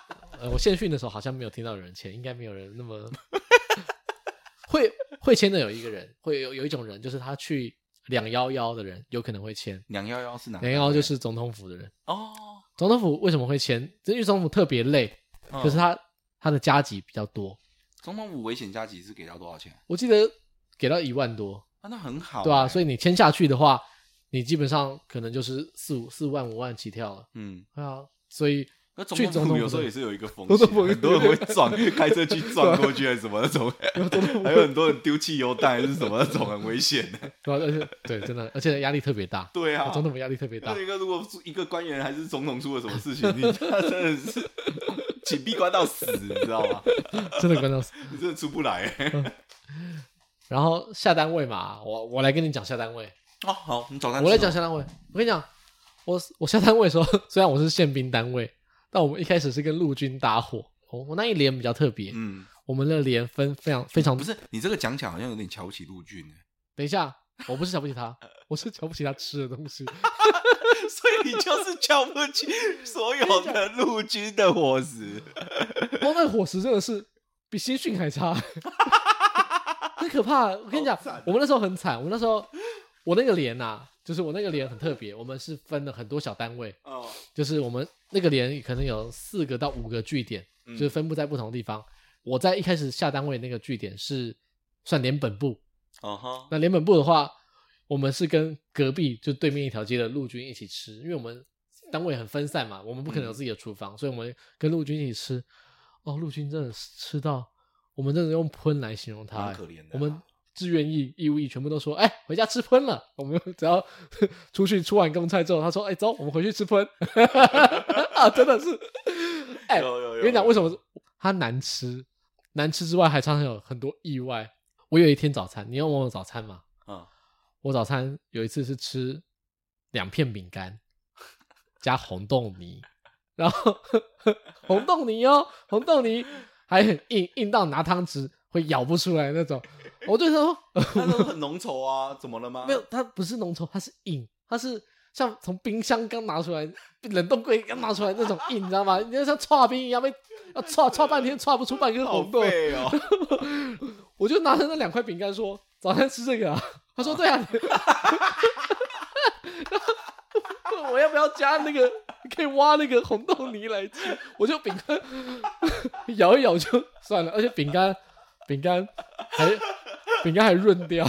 呃，我现训的时候好像没有听到有人签，应该没有人那么会会签的。有一个人会有有一种人，就是他去两幺幺的人有可能会签。
两幺幺是哪？
两幺幺就是总统府的人
哦。
总统府为什么会签？因为总统府特别累，
嗯、
可是他他的加级比较多。
总统府危险加级是给到多少钱？
我记得给到一万多。
啊，那很好、欸。
对啊，所以你签下去的话，你基本上可能就是四五四万五万起跳了。
嗯，
对啊，所以
那总统府有时候也是有一个风
险，
很多人会撞，开车去撞过去还是什么那种，还有很多人丢汽油弹还是什么那种，很危险的。
对啊，而且对，真的，而且压力特别大。
对啊，
总统府压力特别大。
一个如果一个官员还是总统出了什么事情，你他真的是紧闭关到死，你知道吗？
真的关到死，
你真的出不来、欸
嗯。然后下单位嘛，我我来跟你讲下单位。
哦，好，你早餐
我来讲下单位。我跟你讲，我我下单位的时候，虽然我是宪兵单位。但我们一开始是跟陆军搭伙，我、哦、我那一连比较特别，嗯，我们的连分非常非常
不是你这个讲起来好像有点瞧不起陆军呢。
等一下，我不是瞧不起他，我是瞧不起他吃的东西，
所以你就是瞧不起所有的陆军的伙食。
哦，那伙食真的是比新训还差，很可怕。我跟你讲，我们那时候很惨，我们那时候我那个连啊。就是我那个连很特别，我们是分了很多小单位，哦、就是我们那个连可能有四个到五个据点，嗯、就是分布在不同地方。我在一开始下单位那个据点是算连本部，哦、那连本部的话，我们是跟隔壁就对面一条街的陆军一起吃，因为我们单位很分散嘛，我们不可能有自己的厨房，嗯、所以我们跟陆军一起吃。哦，陆军真的吃到，我们真的用喷来形容它，
很可怜的、啊。
我们志愿役、义务役全部都说：“哎、欸，回家吃喷了。”我们只要出去出完公差之后，他说：“哎、欸，走，我们回去吃喷。”啊，真的是，哎、欸，我跟你讲，为什么它难吃？难吃之外，还常常有很多意外。我有一天早餐，你要问我早餐吗？嗯，我早餐有一次是吃两片饼干加红豆泥，然后红豆泥哦，红豆泥还很硬，硬到拿汤匙会咬不出来那种。我就说，
它都很浓稠啊，怎么了吗？
没有，它不是浓稠，它是硬，它是像从冰箱刚拿出来、冷冻柜刚拿出来那种硬，你知道吗？你就像剉冰一样，被要剉剉半天剉不出半根红豆。
好废哦！
我就拿着那两块饼干说：“早餐吃这个啊？”他说：“对啊。”我要不要加那个？可以挖那个红豆泥来吃？我就饼干咬一咬就算了，而且饼干饼干还饼干还润掉。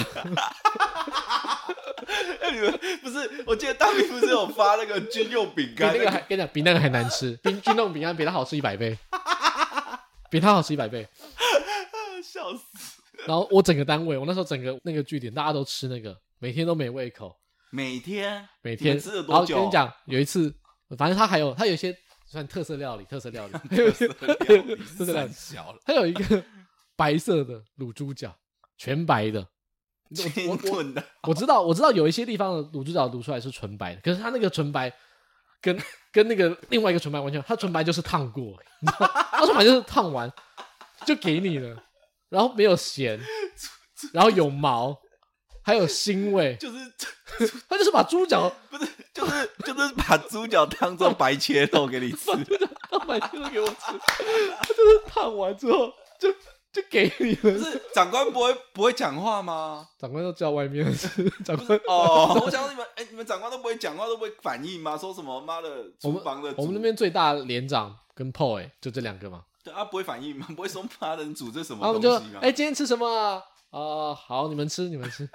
你们不是？我记得大兵不是有发那个军用饼干，
比那个还跟你讲，比那个还难吃。军军用饼干比它好吃一百倍，比它好吃一百倍，
笑死！
然后我整个单位，我那时候整个那个据点，大家都吃那个，每天都没胃口。
每天
每天
吃了多久？
然后跟你讲，有一次，反正他还有他有一些算特色料理，特色料理，
特色料理，特色料理小了。
他有一个白色的卤猪脚，全白的，
清炖的。
我知道，我知道有一些地方的卤猪脚卤出来是纯白的，可是他那个纯白跟跟那个另外一个纯白完全，他纯白就是烫过，你知道吗？他纯白就是烫完就给你了，然后没有咸，然后有毛。还有腥味，
就是
他就是把猪脚
不是，就是就是把猪脚当做白切肉给你吃，
当白切肉给我吃，他就是烫完之后就就给你了。
不是长官不会不会讲话吗？
长官都叫外面吃，长官
哦，我想说你们哎、欸，你们长官都不会讲话，都不会反应吗？说什么妈的厨房的
我们那边最大连长跟 P O 哎、欸，就这两个嘛。
对啊，不会反应吗？不会说妈的你煮这什么东
西
吗？
哎、欸，今天吃什么啊？啊、呃，好，你们吃，你们吃，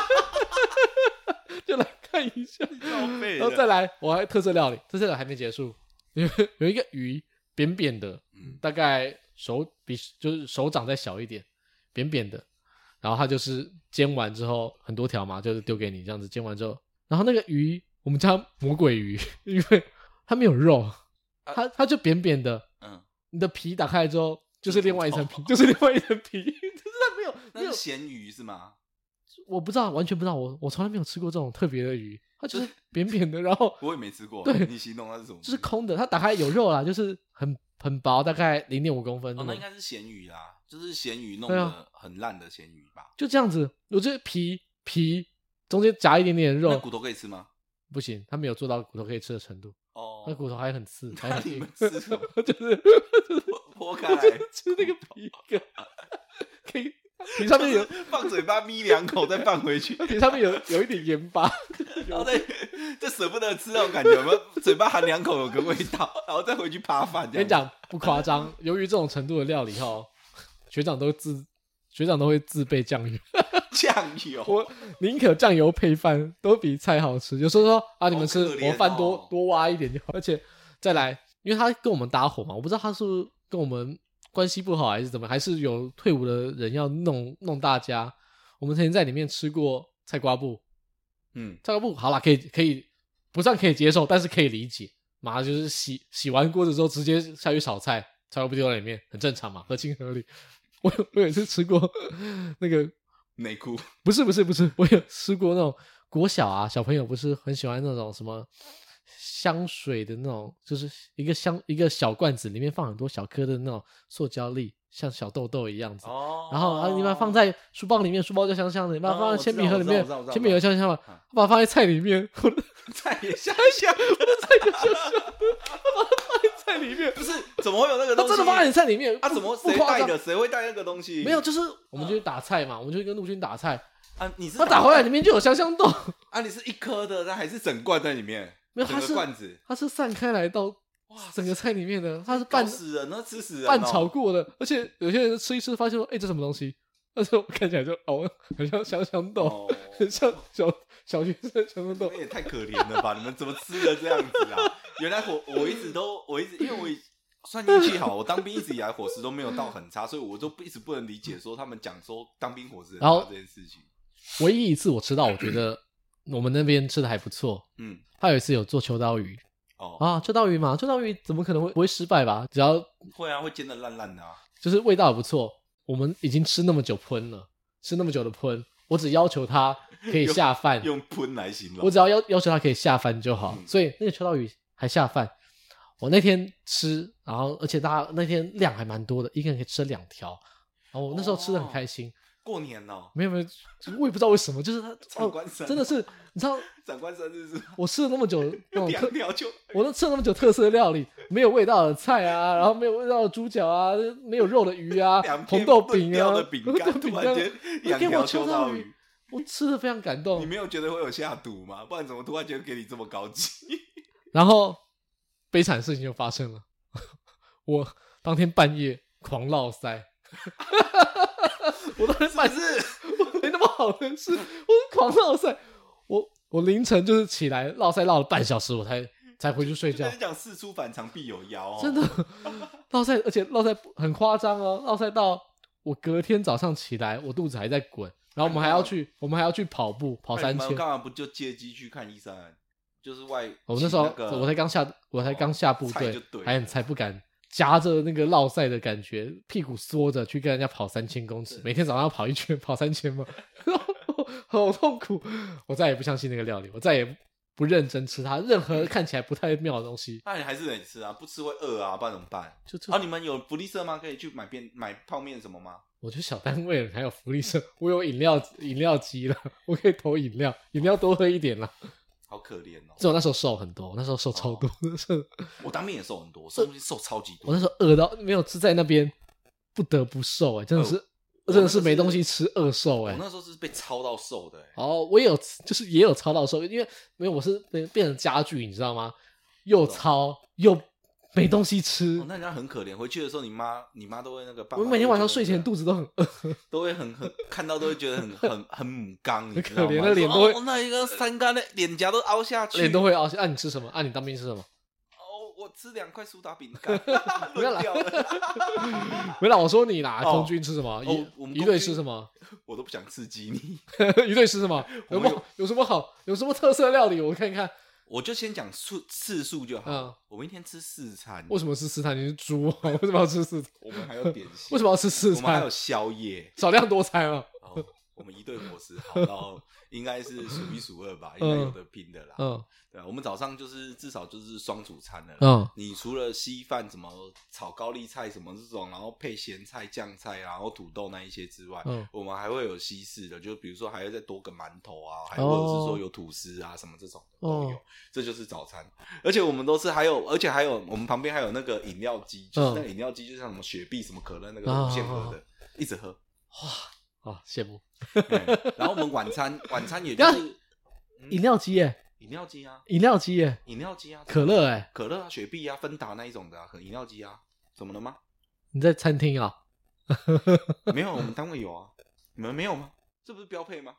就来看一下，然后再来，我还特色料理，特色料理还没结束，有有一个鱼，扁扁的，大概手比就是手掌再小一点，扁扁的，然后它就是煎完之后很多条嘛，就是丢给你这样子煎完之后，然后那个鱼我们叫魔鬼鱼，因为它没有肉，它它就扁扁的，嗯，你的皮打开之后就是另外一层皮，就是另外一层皮。没有，
那是咸鱼是吗？
我不知道，完全不知道。我我从来没有吃过这种特别的鱼，它就是扁扁的，然后
我也没吃过。
对，
你形容它是什么？
就是空的，它打开有肉啦，就是很很薄，大概零点五公分。
哦，那应该是咸鱼啦，就是咸鱼弄的很烂的咸鱼吧？
就这样子，我这皮皮中间夹一点点肉，
那骨头可以吃吗？
不行，它没有做到骨头可以吃的程度。
哦，
那骨头还很刺，还很硬
那你们，吃什么？
就是
剥开来，
吃那个皮梗，可以皮上面有
放嘴巴咪两口，再放回去，
皮上面有有一点盐巴，
然后再再舍不得吃那种感觉，有没有？嘴巴含两口有个味道，然后再回去扒饭。
跟你讲不夸张，由于这种程度的料理哈，学长都自学长都会自备酱油。
酱油，
我宁可酱油配饭，都比菜好吃。有时候说啊，你们吃，
好可怜哦
我饭多多挖一点就好。而且再来，因为他跟我们搭伙嘛，我不知道他是不是跟我们关系不好还是怎么，还是有退伍的人要弄弄大家。我们曾经在里面吃过菜瓜布，
嗯，
菜瓜布好啦，可以可以不算可以接受，但是可以理解。马上就是洗洗完锅子之后直接下去炒菜，菜瓜布丢在里面，很正常嘛，合情合理。我有我有一次吃过那个。
内裤
不是不是不是，我有吃过那种国小啊，小朋友不是很喜欢那种什么香水的那种，就是一个香一个小罐子里面放很多小颗的那种塑胶粒，像小豆豆一样子。
哦，
然后啊，你把它放在书包里面，书包就香香的；你把它放在铅笔盒里面，铅笔盒香香的；把它放在菜里面，我的
菜也香香，
我的菜也香香的，把它放在菜里面。
不是怎么会有那个东西？
他真的放在你菜里面
啊？怎么谁带的？谁会带那个东西？
没有，就是我们就去打菜嘛，我们就跟陆军打菜
啊。你是
他打回来里面就有香香豆
啊？你是一颗的，它还是整罐在里面？
没有，它是
罐子，
它是散开来到哇整个菜里面的，它是拌
死人了，吃死人，
拌炒过的，而且有些人吃一吃发现说，哎、欸，这什么东西？但是我看起来就哦，很像香香豆，哦、很像小小学生香香豆。
那也太可怜了吧！你们怎么吃的这样子啊？原来伙我一直都我一直因为我算运气好，我当兵一直以来伙食都没有到很差，所以我就一直不能理解说他们讲说当兵伙食很差这件事情。
唯一一次我吃到，我觉得我们那边吃的还不错。嗯，他有一次有做秋刀鱼。哦啊，秋刀鱼嘛，秋刀鱼怎么可能会不会失败吧？只要
会啊，会煎的烂烂的啊，
就是味道也不错。我们已经吃那么久喷了，吃那么久的喷，我只要求它可以下饭，
用喷来形容。
我只要要要求它可以下饭就好。嗯、所以那个秋刀鱼还下饭。我那天吃，然后而且大家那天量还蛮多的，一个人可以吃两条。然后我那时候吃的很开心。哦
过年哦，
没有没有，我也不知道为什么，就是他
长官生、
哦，真的是你知道，
长官生日是
我吃了那么久那种特，
就
我都吃了那么久特色料理，没有味道的菜啊，然后没有味道的猪脚啊，没有肉的鱼啊，红豆饼啊，
的饼干，突然间两条秋刀鱼，
我吃的非常感动。
你没有觉得会有下毒吗？不然怎么突然间给你这么高级？
然后悲惨的事情就发生了，我当天半夜狂落腮。我当时半是没那么好的事，我是狂落腮。我我凌晨就是起来落腮落了半小时，我才才回去睡觉。
讲事出反常必有妖、哦，
真的落腮，而且落腮很夸张哦，落腮到我隔天早上起来，我肚子还在滚，然后我们还要去，我们还要去跑步，跑三千。
干嘛不就借机去看医生？就是外，
我那时候、
那個、
我才刚下，我才刚下部队，
哦、
还才不敢。夹着那个落腮的感觉，屁股缩着去跟人家跑三千公尺，每天早上要跑一圈，跑三千嘛，好痛苦。我再也不相信那个料理，我再也不认真吃它任何看起来不太妙的东西。
那你还是得吃啊，不吃会饿啊，不然怎么办？
就
啊，你们有福利社吗？可以去买便买泡面什么吗？
我就小单位了，还有福利社，我有饮料饮料机了，我可以投饮料，饮料多喝一点啦。
好可怜哦！
所以我那时候瘦很多，我那时候瘦超多。哦、
我当兵也瘦很多，瘦瘦超级多。
我那时候饿到没有吃在那边，不得不瘦哎、欸，真的是、呃、真的是没东西吃饿瘦哎、欸。
我那时候是被操到瘦的哎、欸。
哦，我也有就是也有操到瘦，因为没有我是变成家具，你知道吗？又操又没东西吃，
哦、那人家很可怜。回去的时候，你妈你妈都会那个，
我每天晚上睡前肚子都很饿，
都会很很看到都会觉得很很很母刚，
很可怜的脸都会，
哦、那一个三干的脸颊都凹下去，
脸都会凹下。啊，你吃什么？啊，你当兵吃什么？
哦，我吃两块苏打饼干，
没有啦，没啦，我说你啦，空军吃什么？
哦，我们
一队吃什么？
我都不想刺激你。
一队吃什么？有没有有什么好？有什么特色料理？我看看。
我就先讲次次数就好。嗯，我们一天吃四餐。
为什么吃四餐？你是猪啊？为什么要吃四餐？
我们还有点心。
为什么要吃四餐？
我们还有宵夜，
少量多餐啊。
哦， 我们一队伙食好到应该是数一数二吧，应该有得拼的啦。嗯，对啊，我们早上就是至少就是双主餐了。嗯，你除了稀饭什么炒高丽菜什么这种，然后配咸菜、酱菜，然后土豆那一些之外，嗯，我们还会有西式的，就比如说还会再多个馒头啊，还或者是说有吐司啊什么这种的都有。哦，这就是早餐。而且我们都是还有，而且还有我们旁边还有那个饮料机，就是那个饮料机，就像什么雪碧、什么可乐那个无限喝的，一直喝。
哇，啊，羡慕。
然后我们晚餐晚餐也就是
饮料机耶，
饮料机啊，
饮料机耶，
饮料机啊，
可乐哎，
可乐啊，雪碧啊，芬达那一种的啊，饮料机啊，怎么了吗？
你在餐厅啊？
没有，我们单位有啊，你们没有吗？这不是标配吗？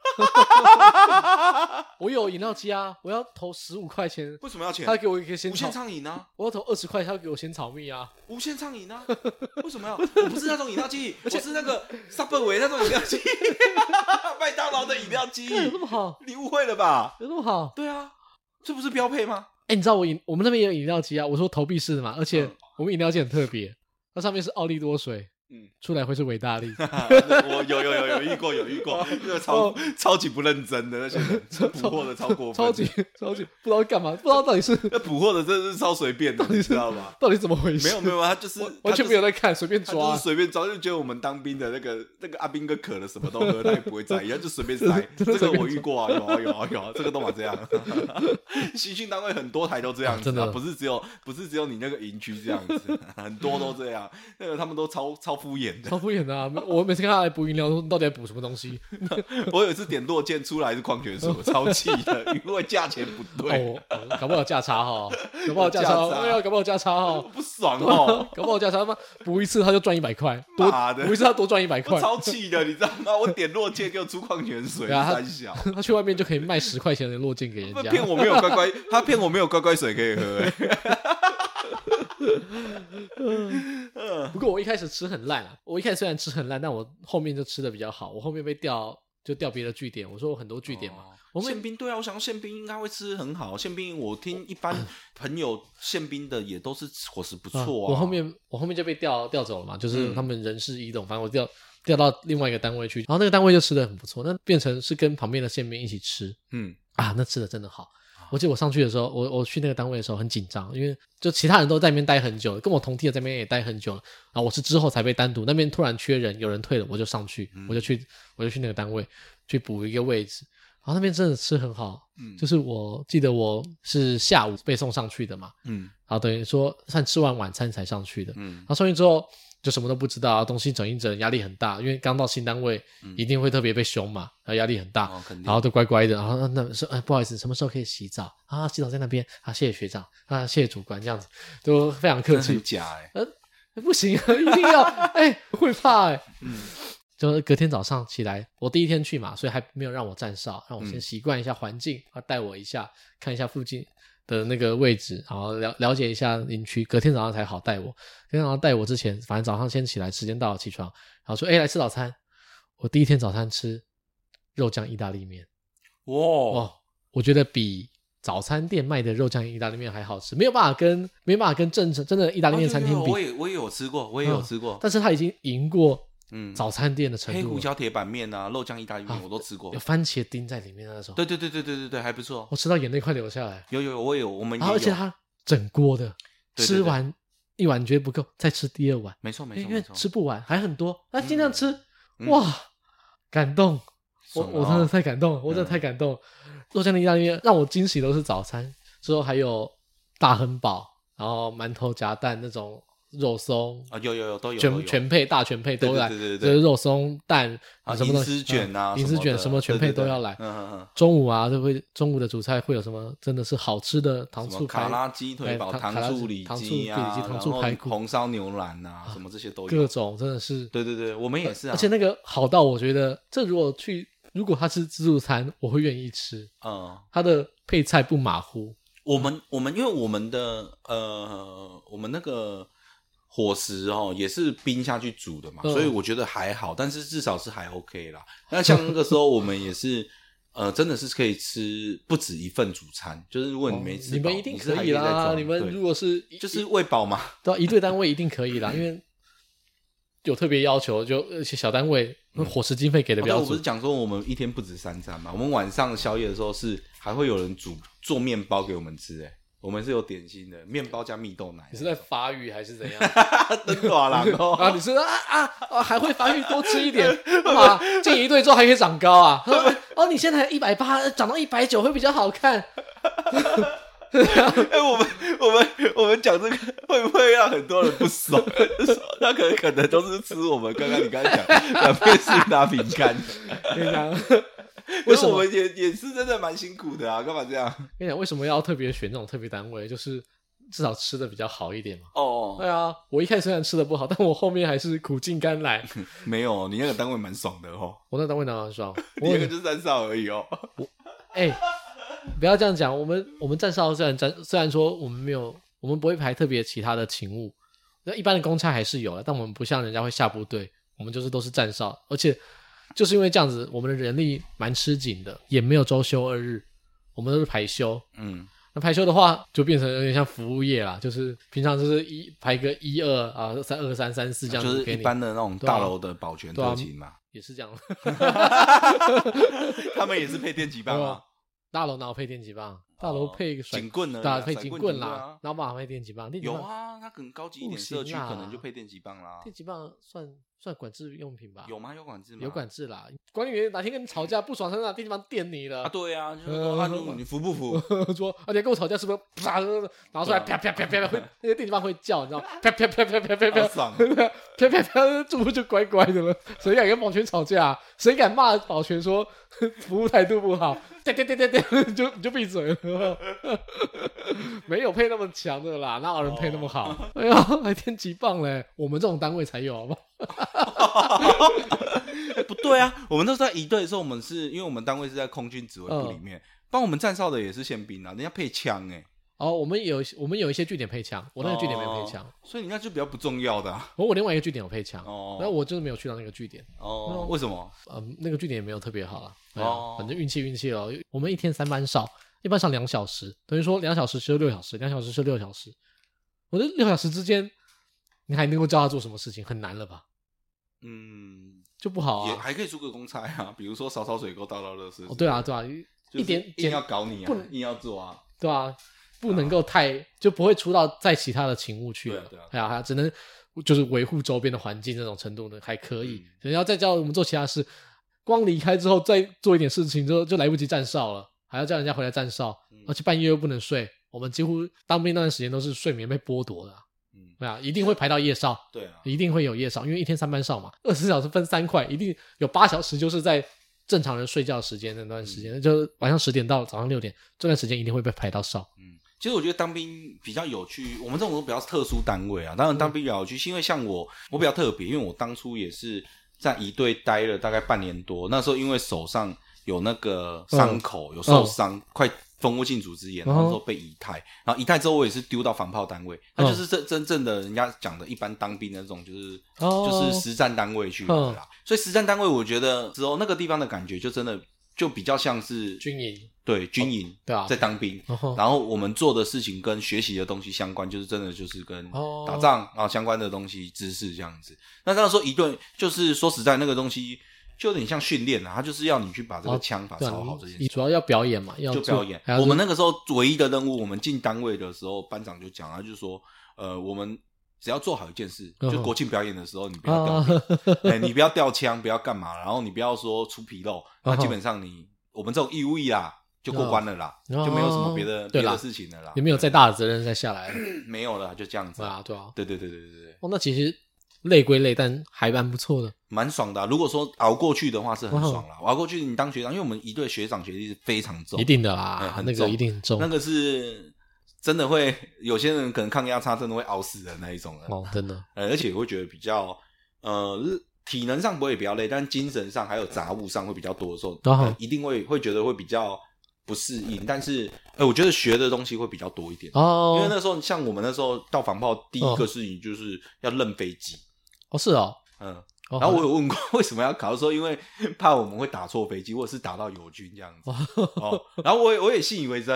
我有饮料机啊，我要投十五块钱。
为什么要钱？
他给我一个仙草，
无限畅饮啊！
我要投二十块，他要给我仙草蜜啊！
无限畅饮啊！为什么要？我不是那种饮料机，我是那个 Subway 那种饮料机，麦当劳的饮料机。
有那么好？
你误会了吧？
有那么好？
对啊，这不是标配吗？
哎、欸，你知道我饮我们那边也有饮料机啊，我说投币式的嘛，而且我们饮料机很特别，它上面是奥利多水。嗯，出来会是维大利。
我有有有有遇过有遇过，那个超、哦、超级不认真的那些人，捕获的超过分，
超级超级不知道干嘛，不知道到底是
那捕获的真的是超随便的，你知道吗？
到底怎么回事？
没有没有，他就是
完全没有在看，随便抓，
随便抓，就觉得我们当兵的那个那个阿兵哥渴了什么都喝，他也不会在意，他就随便塞。这个我遇过啊，有啊有啊有啊，这个都嘛这样。新训单位很多台都这样子、啊，真的不是只有不是只有你那个营区这样子，很多都这样。那个他们都超超敷衍的，
超敷衍。啊、我每次看他来补饮料，说你到底在补什么东西？
我有一次点落剑出来是矿泉水，我超气的，因为价钱不对，
哦哦、搞不好价差哈，搞不好价差，哎呀，搞不好价差哈，
不爽哦，
搞不好价差，他补一次他就赚一百块，多补一次他多赚一百块，
超气的，你知道吗？我点落剑给我出矿泉水，
啊、
三小，
他去外面就可以卖十块钱的落剑给人家，
骗我没有乖乖，他骗我没有乖乖水可以喝、欸。
不过我一开始吃很烂啊，我一开始虽然吃很烂，但我后面就吃的比较好。我后面被调就调别的据点，我说我很多据点嘛。哦、
我宪兵对啊，我想宪兵应该会吃很好。宪兵我听一般朋友宪兵的也都是伙食不错啊。啊
我后面我后面就被调调走了嘛，就是他们人事异动，反正我调调到另外一个单位去，然后那个单位就吃的很不错，那变成是跟旁边的宪兵一起吃。嗯啊，那吃的真的好。我记得我上去的时候，我我去那个单位的时候很紧张，因为就其他人都在那边待很久，跟我同梯的在那边也待很久了。然后我是之后才被单独，那边突然缺人，有人退了，我就上去，嗯、我就去我就去那个单位去补一个位置。然后那边真的吃很好，嗯，就是我记得我是下午被送上去的嘛，嗯，然后等于说算吃完晚餐才上去的，嗯，然后上去之后就什么都不知道，东西整一整，压力很大，因为刚到新单位，嗯、一定会特别被凶嘛，然后压力很大，哦、然后都乖乖的，然后那说，哎，不好意思，什么时候可以洗澡啊？洗澡在那边啊，谢谢学长啊，谢谢主管，这样子都非常客气。
很假哎、
欸，呃，不行，一定要，哎、欸，会怕哎、欸，嗯。就隔天早上起来，我第一天去嘛，所以还没有让我站哨，让我先习惯一下环境，他带我一下，看一下附近的那个位置，然后了了解一下营区。隔天早上才好带我，隔天早上带我之前，反正早上先起来，时间到了起床，然后说：“哎，来吃早餐。”我第一天早餐吃肉酱意大利面，哇、哦，我觉得比早餐店卖的肉酱意大利面还好吃，没有办法跟没办法跟正真的意大利面餐厅比。
哦、我也我也有吃过，我也有吃过，嗯、
但是它已经赢过。嗯，早餐店的程度，
黑胡椒铁板面啊，肉酱意大利面我都吃过，
有番茄丁在里面的那种。
对对对对对对对，还不错。
我吃到眼泪快流下来。
有有有，我有，我们也有。
而且它整锅的，对对对，吃完一碗觉得不够，再吃第二碗。
没错没错，
因为吃不完，还很多，那尽量吃。嗯、哇，感动！我我真的太感动了，我真的太感动了。嗯、肉酱的意大利面让我惊喜都是早餐，之后还有大亨堡，然后馒头夹蛋那种。肉松
啊，有有有都有，
全全配大全配都来，
对对对对，
就是肉松蛋啊，什么东西，
银丝卷啊，
银丝卷什么全配都要来。
嗯嗯嗯。
中午啊，就会中午的主菜会有什么？真的是好吃的糖醋
排，卡拉鸡腿堡、糖醋里脊啊，
糖醋排骨、
红烧牛腩啊，什么这些都有。
各种真的是，
对对对，我们也是啊。
而且那个好到我觉得，这如果去如果他吃自助餐，我会愿意吃。嗯，他的配菜不马虎。
我们我们因为我们的呃，我们那个。伙食哦也是冰下去煮的嘛，嗯、所以我觉得还好，但是至少是还 OK 啦。那像那个时候我们也是，呃，真的是可以吃不止一份主餐，就是如果你没吃饱、哦，
你们一定可以啦。你们如果是
就是喂饱嘛，
对、啊，一队单位一定可以啦，因为有特别要求，就而且小单位那伙食经费给的比较足。
我不是讲说我们一天不止三餐嘛，我们晚上宵夜的时候是还会有人煮做面包给我们吃、欸，我们是有点心的，面包加蜜豆奶。
你是在发育还是怎样？
真的啦！
啊，你是啊啊啊，还会发育，多吃一点，嘛，进一队之后还可以长高啊。哦，你现在一百八，长到一百九会比较好看。
哎、欸，我们我们我们讲这个会不会让很多人不爽？他可能可能都是吃我们刚刚你刚才讲两片苏打饼干。
跟你讲，
为什么我们也也是真的蛮辛苦的啊？干嘛这样？
跟你讲，为什么要特别选这种特别单位？就是至少吃的比较好一点嘛。
哦，
对啊，我一开始虽然吃的不好，但我后面还是苦尽甘来。
没有，你那个单位蛮爽的哦。
我那单位哪蛮爽？
你那个就是站哨而已哦。
哎、欸，不要这样讲。我们我们站哨虽然站虽然说我们没有，我们不会排特别其他的勤务，那一般的公差还是有的，但我们不像人家会下部队，我们就是都是站哨，而且就是因为这样子，我们的人力蛮吃紧的，也没有周休二日，我们都是排休。嗯。那排休的话，就变成有点像服务业啦，就是平常就是一排个一二啊，三二三三四这样子给你，
就是一般的那种大楼的保全特勤嘛，
啊、也是这样。
他们也是配电击棒啊。
大楼哪有配电击棒？大楼配
警棍呢？
大楼配警棍啦，然后嘛配电击棒。
有啊，它可能高级一点社区可能就配电击棒啦。
电击棒算算管制用品吧？
有吗？有管制吗？
有管制啦。管理员哪天跟你吵架不爽，他拿电击棒电你了
啊？对啊，就是说啊，你服不服？
说啊，你跟我吵架是不是？啪，拿出来啪啪啪啪啪，那个电击棒会叫，你知道吗？啪啪啪啪啪啪啪，
爽！
啪啪啪，住户就乖乖的了。谁敢跟保全吵架？谁敢骂保全说服务态度不好？对对对对对，你就你就闭嘴了。没有配那么强的啦，哪有人配那么好？哦、哎呀，还电击棒嘞，我们这种单位才有，好不好？
欸、不对啊，我们那时候在仪队的时候，我们是因为我们单位是在空军指挥部里面，帮、嗯、我们站哨的也是宪兵啊，人家配枪哎、欸。
哦，我们有我们有一些据点配枪，我那个据点没有配枪、哦，
所以你那就比较不重要的、啊。
我我另外一个据点有配枪，哦，然后我就是没有去到那个据点。
哦，为什么？
嗯，那个据点也没有特别好啦。哦，反正运气运气咯。我们一天三班哨，一班上两小时，等于说两小时休六小时，两小时休六小时。我这六小时之间，你还能够叫他做什么事情？很难了吧？嗯，就不好啊。
也还可以出个公差啊，比如说扫扫水沟、倒倒垃圾。
哦，对啊，对啊，一点
硬要搞你啊，硬要做啊，
对啊。不能够太、啊、就不会出到在其他的勤务去了，
对啊，
对啊，还只能就是维护周边的环境这种程度的还可以。人、嗯、要再叫我们做其他事，光离开之后再做一点事情之后就来不及站哨了，还要叫人家回来站哨、嗯，而且半夜又不能睡。我们几乎当兵那段时间都是睡眠被剥夺的、啊，嗯，对啊，一定会排到夜哨，
对啊，
一定会有夜哨，因为一天三班哨嘛，二十四小时分三块，一定有八小时就是在正常人睡觉时间那段时间，嗯、就晚上十点到早上六点这段时间一定会被排到哨，嗯。
其实我觉得当兵比较有趣，我们这种都比较特殊单位啊。当然当兵比较有趣，是因为像我，我比较特别，因为我当初也是在仪队待了大概半年多。那时候因为手上有那个伤口，嗯、有受伤，嗯、快蜂窝性组织炎，然后说被移态，然后移态之后我也是丢到防炮单位，那、嗯、就是真真正的人家讲的一般当兵的那种，就是、哦、就是实战单位去的啦、嗯。所以实战单位我觉得之后那个地方的感觉就真的就比较像是
军营。
对军营、哦，对啊，在当兵、哦，然后我们做的事情跟学习的东西相关，就是真的就是跟打仗啊、哦、相关的东西知识这样子。那当然说一顿，就是说实在那个东西就有点像训练啊，他就是要你去把这个枪法操好这件事。
你主要要表演嘛，要
就表演。我们那个时候唯一的任务，我们进单位的时候，班长就讲啊，就是说，呃，我们只要做好一件事，哦、就国庆表演的时候，你不要掉、哦欸，你不要掉枪，不要干嘛，然后你不要说出纰漏，那基本上你我们这种义务役啦。就过关了啦，哦、就没有什么别的别的事情了啦，
也没有再大的责任再下来了，
没有了，就这样子
啊，对啊，
对对对对对对。
哦，那其实累归累，但还蛮不错的，
蛮爽的、啊。如果说熬过去的话，是很爽啦。哦、熬过去，你当学长，因为我们一队学长学弟是非常重，
一定的啦，
嗯、很
那个一定很重，
那个是真的会有些人可能抗压差，真的会熬死的那一种人
哦，真的，
呃，而且会觉得比较呃。体能上不会比较累，但精神上还有杂物上会比较多的时候，哦呃、一定会会觉得会比较不适应。但是，呃，我觉得学的东西会比较多一点哦。因为那时候像我们那时候到防炮，第一个事情就是要认飞机。
哦，是哦，
嗯。然后我有问过为什么要考，说因为怕我们会打错飞机，或者是打到友军这样子。哦。然后我也我也信以为真。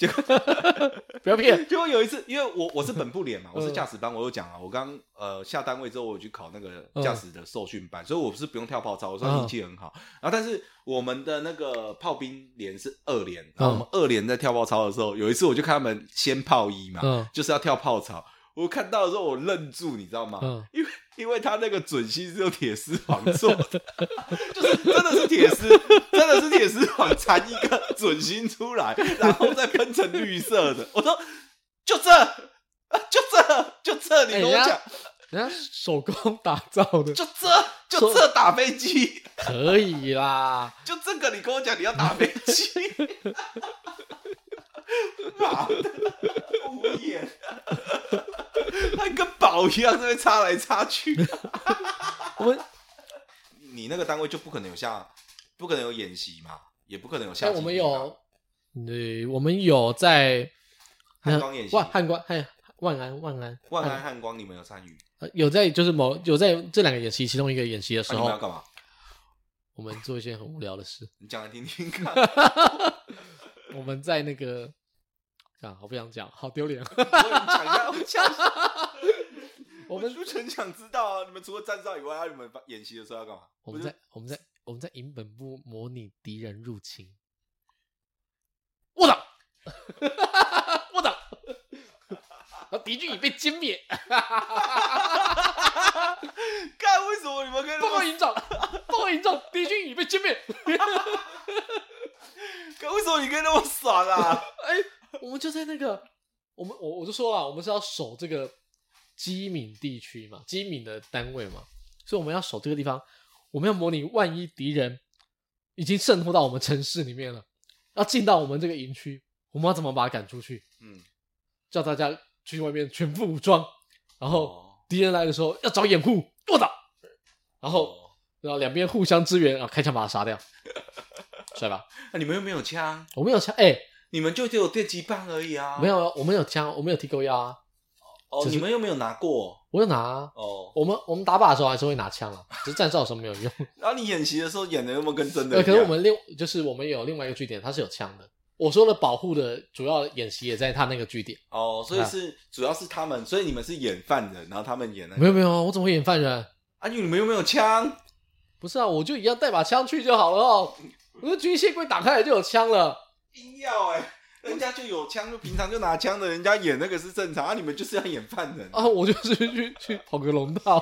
结果
不要骗。
结果有一次，因为我我是本部连嘛，我是驾驶班，我有讲啊，我刚呃下单位之后，我有去考那个驾驶的受训班，所以我是不用跳炮操，我算运气很好。然后但是我们的那个炮兵连是二连，然后我们二连在跳炮操的时候，有一次我就看他们先炮一嘛，嗯、就是要跳炮操。我看到的时候我愣住，你知道吗？嗯、因为因为他那个准心是用铁丝网做的，就是真的是铁丝，真的是铁丝网缠一个准心出来，然后再喷成绿色的。我说就这，就这，就这，你跟我讲，
人家手工打造的，
就这，就这打飞机
可以啦。
就这个，你跟我讲你要打飞机，妈的，无言。他跟宝一样在那边插来插去。
我们，
你那个单位就不可能有下，不可能有演习嘛，也不可能有下。
我们有，对，我们有在
汉光演习，
万汉光，汉万安，万安，
万安汉光，你们有参与？
有在，就是某有在这两个演习其中一个演习的时候，
啊、你们要干嘛？
我们做一件很无聊的事。
你讲来听听看。
我们在那个。啊，我不想讲，好丢脸。
我讲一下，我讲。
我们
舒城想知道啊，你们除了站哨以外，啊、你们演习的时候要干嘛？
我们在我们在我们在营本部模拟敌人入侵。卧倒，卧倒，敌军已被歼灭。
干，为什么你们可以？
报告营长，报告营长，敌军已被歼灭。
干，为什么你可以那么爽啊？
哎。我们就在那个，我们我我就说了，我们是要守这个机敏地区嘛，机敏的单位嘛，所以我们要守这个地方，我们要模拟万一敌人已经渗透到我们城市里面了，要进到我们这个营区，我们要怎么把他赶出去？嗯，叫大家去外面全副武装，然后敌人来的时候要找掩护，卧倒，然后然后两边互相支援，然后开枪把他杀掉，帅吧？
那、啊、你们又没有枪，
我们有枪，哎、欸。
你们就只有电击棒而已啊！
没有，我们有枪，我们有提钩腰啊。
哦，你们又没有拿过？
我有拿啊。哦，我们我们打靶的时候还是会拿枪啊，只是站哨的时候没有用。
然后你演习的时候演的那么跟真的一样？
可是我们另就是我们有另外一个据点，它是有枪的。我说的保护的主要演习也在他那个据点。
哦，所以是、啊、主要是他们，所以你们是演犯人，然后他们演那個、
没有没有，我怎么会演犯人？
啊，因为你们又没有枪。
不是啊，我就一样带把枪去就好了哦。我的军械柜打开来就有枪了。
硬要哎、欸。人家就有枪，就平常就拿枪的，人家演那个是正常，啊，你们就是要演犯人
啊！我就是去去跑个龙套。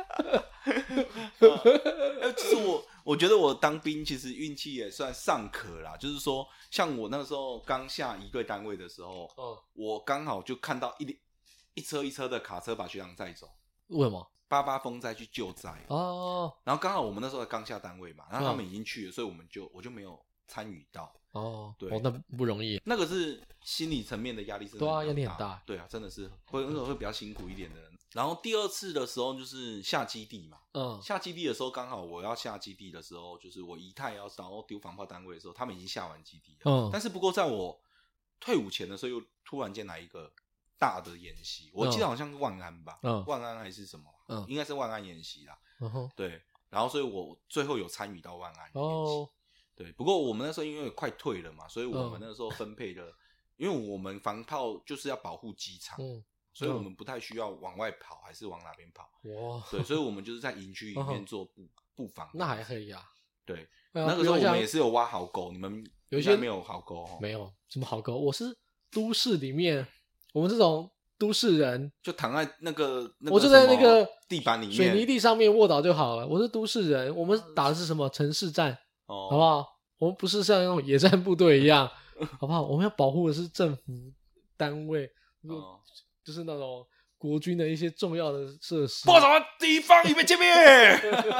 呃，其实我我觉得我当兵其实运气也算尚可啦，就是说，像我那个时候刚下一队单位的时候，嗯，我刚好就看到一一车一车的卡车把学长载走。
为什么？
八八风灾去救灾哦。然后刚好我们那时候刚下单位嘛，然后他们已经去了，所以我们就我就没有参与到。
哦，对，哦，那不容易。
那个是心理层面的压力，真的
对啊，压力很大。
对啊，真的是会那种会比较辛苦一点的人。然后第二次的时候就是下基地嘛，嗯，下基地的时候刚好我要下基地的时候，就是我仪态要然后丢防炮单位的时候，他们已经下完基地了。嗯，但是不过在我退伍前的时候，又突然间来一个大的演习，我记得好像是万安吧，嗯，万安还是什么，嗯，应该是万安演习啦。嗯哼，对，然后所以我最后有参与到万安演习。哦。对，不过我们那时候因为快退了嘛，所以我们那时候分配的，嗯、因为我们防炮就是要保护机场，嗯、所以我们不太需要往外跑，还是往哪边跑。哇，对，所以我们就是在营区里面做布布防。
那还可以啊。
对，那个时候我们也是有挖壕沟，你们应该没有壕沟哦。
没有什么壕沟，我是都市里面，我们这种都市人
就躺在那个，那个
我就在那个
地板里面，
水泥地上面卧倒就好了。我是都市人，我们打的是什么城市战？哦，好不好？我们不是像那种野战部队一样，好不好？我们要保护的是政府单位，哦、就是那种国军的一些重要的设施。
报什么地方已被歼灭？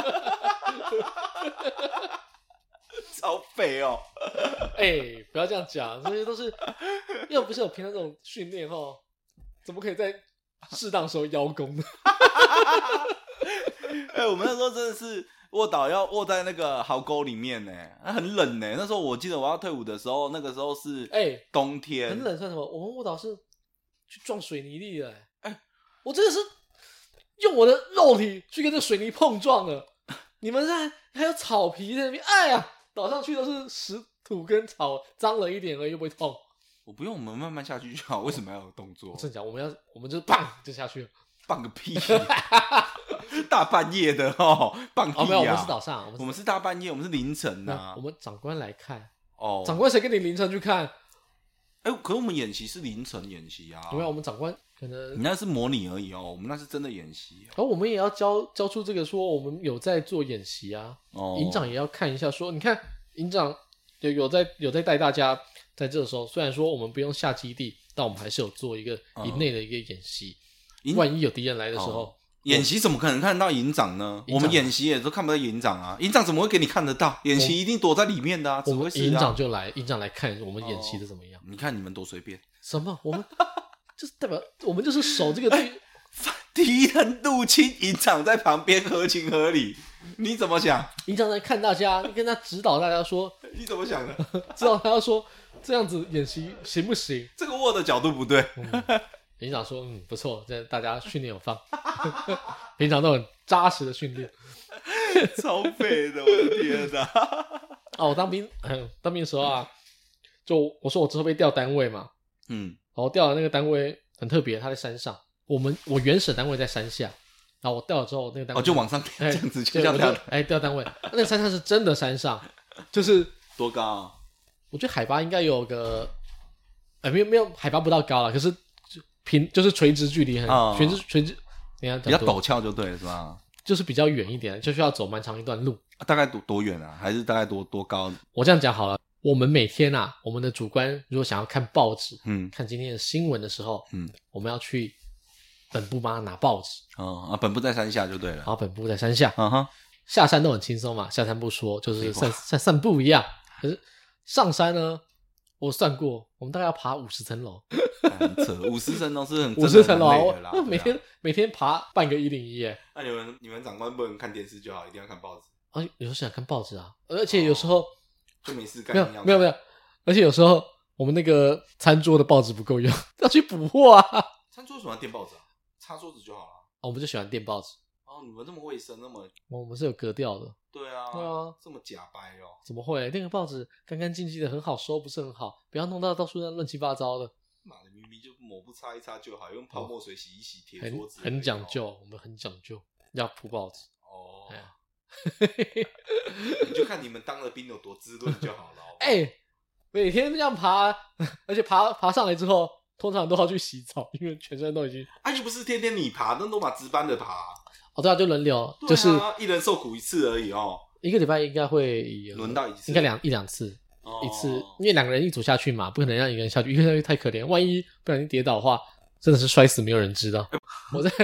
超废哦！
哎、欸，不要这样讲，这些都是要不是有平常这种训练哦，怎么可以在适当时候邀功呢？
哎、欸，我们那时候真的是。卧倒要卧在那个壕沟里面呢，很冷呢。那时候我记得我要退伍的时候，那个时候是哎冬天，
欸、很冷算什么？我们卧倒是去撞水泥地的，哎、欸，我真的是用我的肉体去跟这水泥碰撞了。你们在还有草皮在那边，哎呀，倒上去都是石土跟草，脏了一点而已，又不会痛。
我不用，我们慢慢下去就好。为什么要有动作？
我正讲，我们要，我们就棒就下去了，
棒个屁！大半夜的哦，棒屁啊！
哦，没有，我们是早上，我们是
我们是大半夜，我们是凌晨啊。
我们长官来看，
哦，
长官谁跟你凌晨去看？
哎、欸，可是我们演习是凌晨演习啊。
对啊，我们长官可能
你那是模拟而已哦，我们那是真的演习、哦。
然后我们也要交交出这个，说我们有在做演习啊。哦，营长也要看一下说，你看营长有有在有在带大家，在这个时候，虽然说我们不用下基地，但我们还是有做一个营内的一个演习。嗯、万一有敌人来的时候。哦，
演习怎么可能看得到营长呢？我们演习也都看不到营长啊，营长怎么会给你看得到？演习一定躲在里面的啊，
我们营
啊
长就来，营长来看我们演习的怎么样？
哦、你看你们多随便，
什么？我们就是代表我们就是守这个地，
敌人入侵，营长在旁边合情合理，你怎么想？
营长在看大家，你跟他指导大家说，
你怎么想的？
指导他说这样子演习行不行？
这个握的角度不对。
嗯营长说：“嗯，不错，这大家训练有方，平常都很扎实的训练，
超废的，我的天哪！
啊，我当兵，嗯，当兵的时候啊，就我说我之后被调单位嘛，嗯，然后调的那个单位很特别，他在山上，我们我原始单位在山下，然后我调了之后，那个单位
哦就往上这样子就叫调，
哎，调单位，那个山上是真的山上，就是
多高啊？
我觉得海拔应该有个，哎，没有没有，海拔不到高了，可是。”平就是垂直距离很，哦、垂直垂直，你看
比较陡峭就对了，是吧？
就是比较远一点，就需要走蛮长一段路。
啊、大概多多远啊？还是大概多多高？
我这样讲好了，我们每天啊，我们的主官如果想要看报纸，嗯，看今天的新闻的时候，嗯，我们要去本部帮他拿报纸。
哦啊，本部在山下就对了。
然后本部在山下，
嗯哼，
下山都很轻松嘛，下山不说，就是散散散步一样。可是上山呢，我算过，我们大概要爬五十层楼。
很扯，五十层楼是很
五十层楼
啊！
每天、啊、每天爬半个一零一耶。
那、啊、你们你们长官不能看电视就好，一定要看报纸
啊？有时候想看报纸啊，而且有时候、哦、
就没事干。
没有没有没有，而且有时候我们那个餐桌的报纸不够用，要去补货啊。
餐桌为什么要垫报纸啊？擦桌子就好了、
哦。我们就喜欢垫报纸。
哦，你们这么卫生，那么
我们是有格调的。
对啊，
对啊，
这么假白哦？
怎么会？那个报纸干干净净的，很好收，不是很好，不要弄到到处那乱七八糟的。
妈的，明明就抹布擦一擦就好，用泡沫水洗一洗，贴桌子。
很很讲究，我们很讲究，要铺报纸。
哦，哎呀，你就看你们当了兵有多滋润就好了。
哎、欸，每天这样爬，而且爬爬上来之后，通常都要去洗澡，因为全身都已经……
啊，又不是天天你爬，那都把值班的爬。
哦，对啊，就轮流，
啊、
就是
一人受苦一次而已哦。
一个礼拜应该会
轮到一次，
应该两一两次。一次，因为两个人一组下去嘛，不可能让一个人下去，一个人下去太可怜，万一不小心跌倒的话，真的是摔死没有人知道。我在，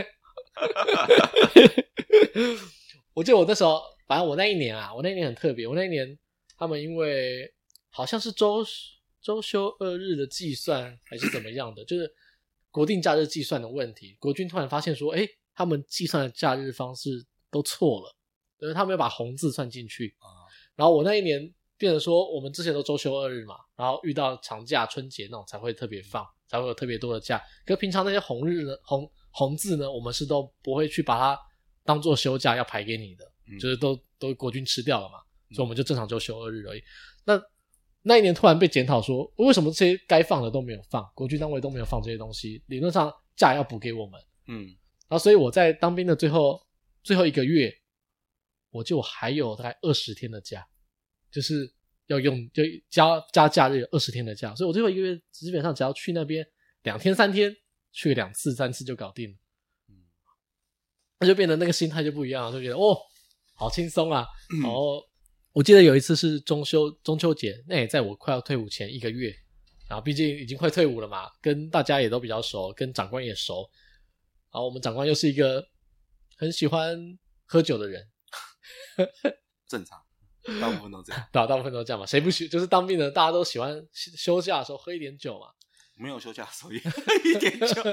我记得我那时候，反正我那一年啊，我那一年很特别，我那一年他们因为好像是周周休二日的计算还是怎么样的，就是国定假日计算的问题，国军突然发现说，哎，他们计算的假日方式都错了，就是他们要把红字算进去，然后我那一年。变成说我们之前都周休二日嘛，然后遇到长假春节那种才会特别放，才会有特别多的假。可是平常那些红日呢，红红字呢，我们是都不会去把它当做休假要排给你的，嗯、就是都都国军吃掉了嘛，嗯、所以我们就正常周休二日而已。那那一年突然被检讨说，为什么这些该放的都没有放，国军单位都没有放这些东西，理论上假要补给我们。嗯，然后所以我在当兵的最后最后一个月，我就还有大概二十天的假。就是要用就加加假日二十天的假，所以我最后一个月基本上只要去那边两天三天，去两次三次就搞定了。嗯，那就变得那个心态就不一样了，就觉得哦，好轻松啊。嗯、然后我记得有一次是中秋中秋节，那也在我快要退伍前一个月，然后毕竟已经快退伍了嘛，跟大家也都比较熟，跟长官也熟。然后我们长官又是一个很喜欢喝酒的人，
正常。大部分都这样，
对啊，大部分都这样嘛。谁不喜就是当兵的，大家都喜欢休假的时候喝一点酒嘛。
没有休假的时候也喝一点酒。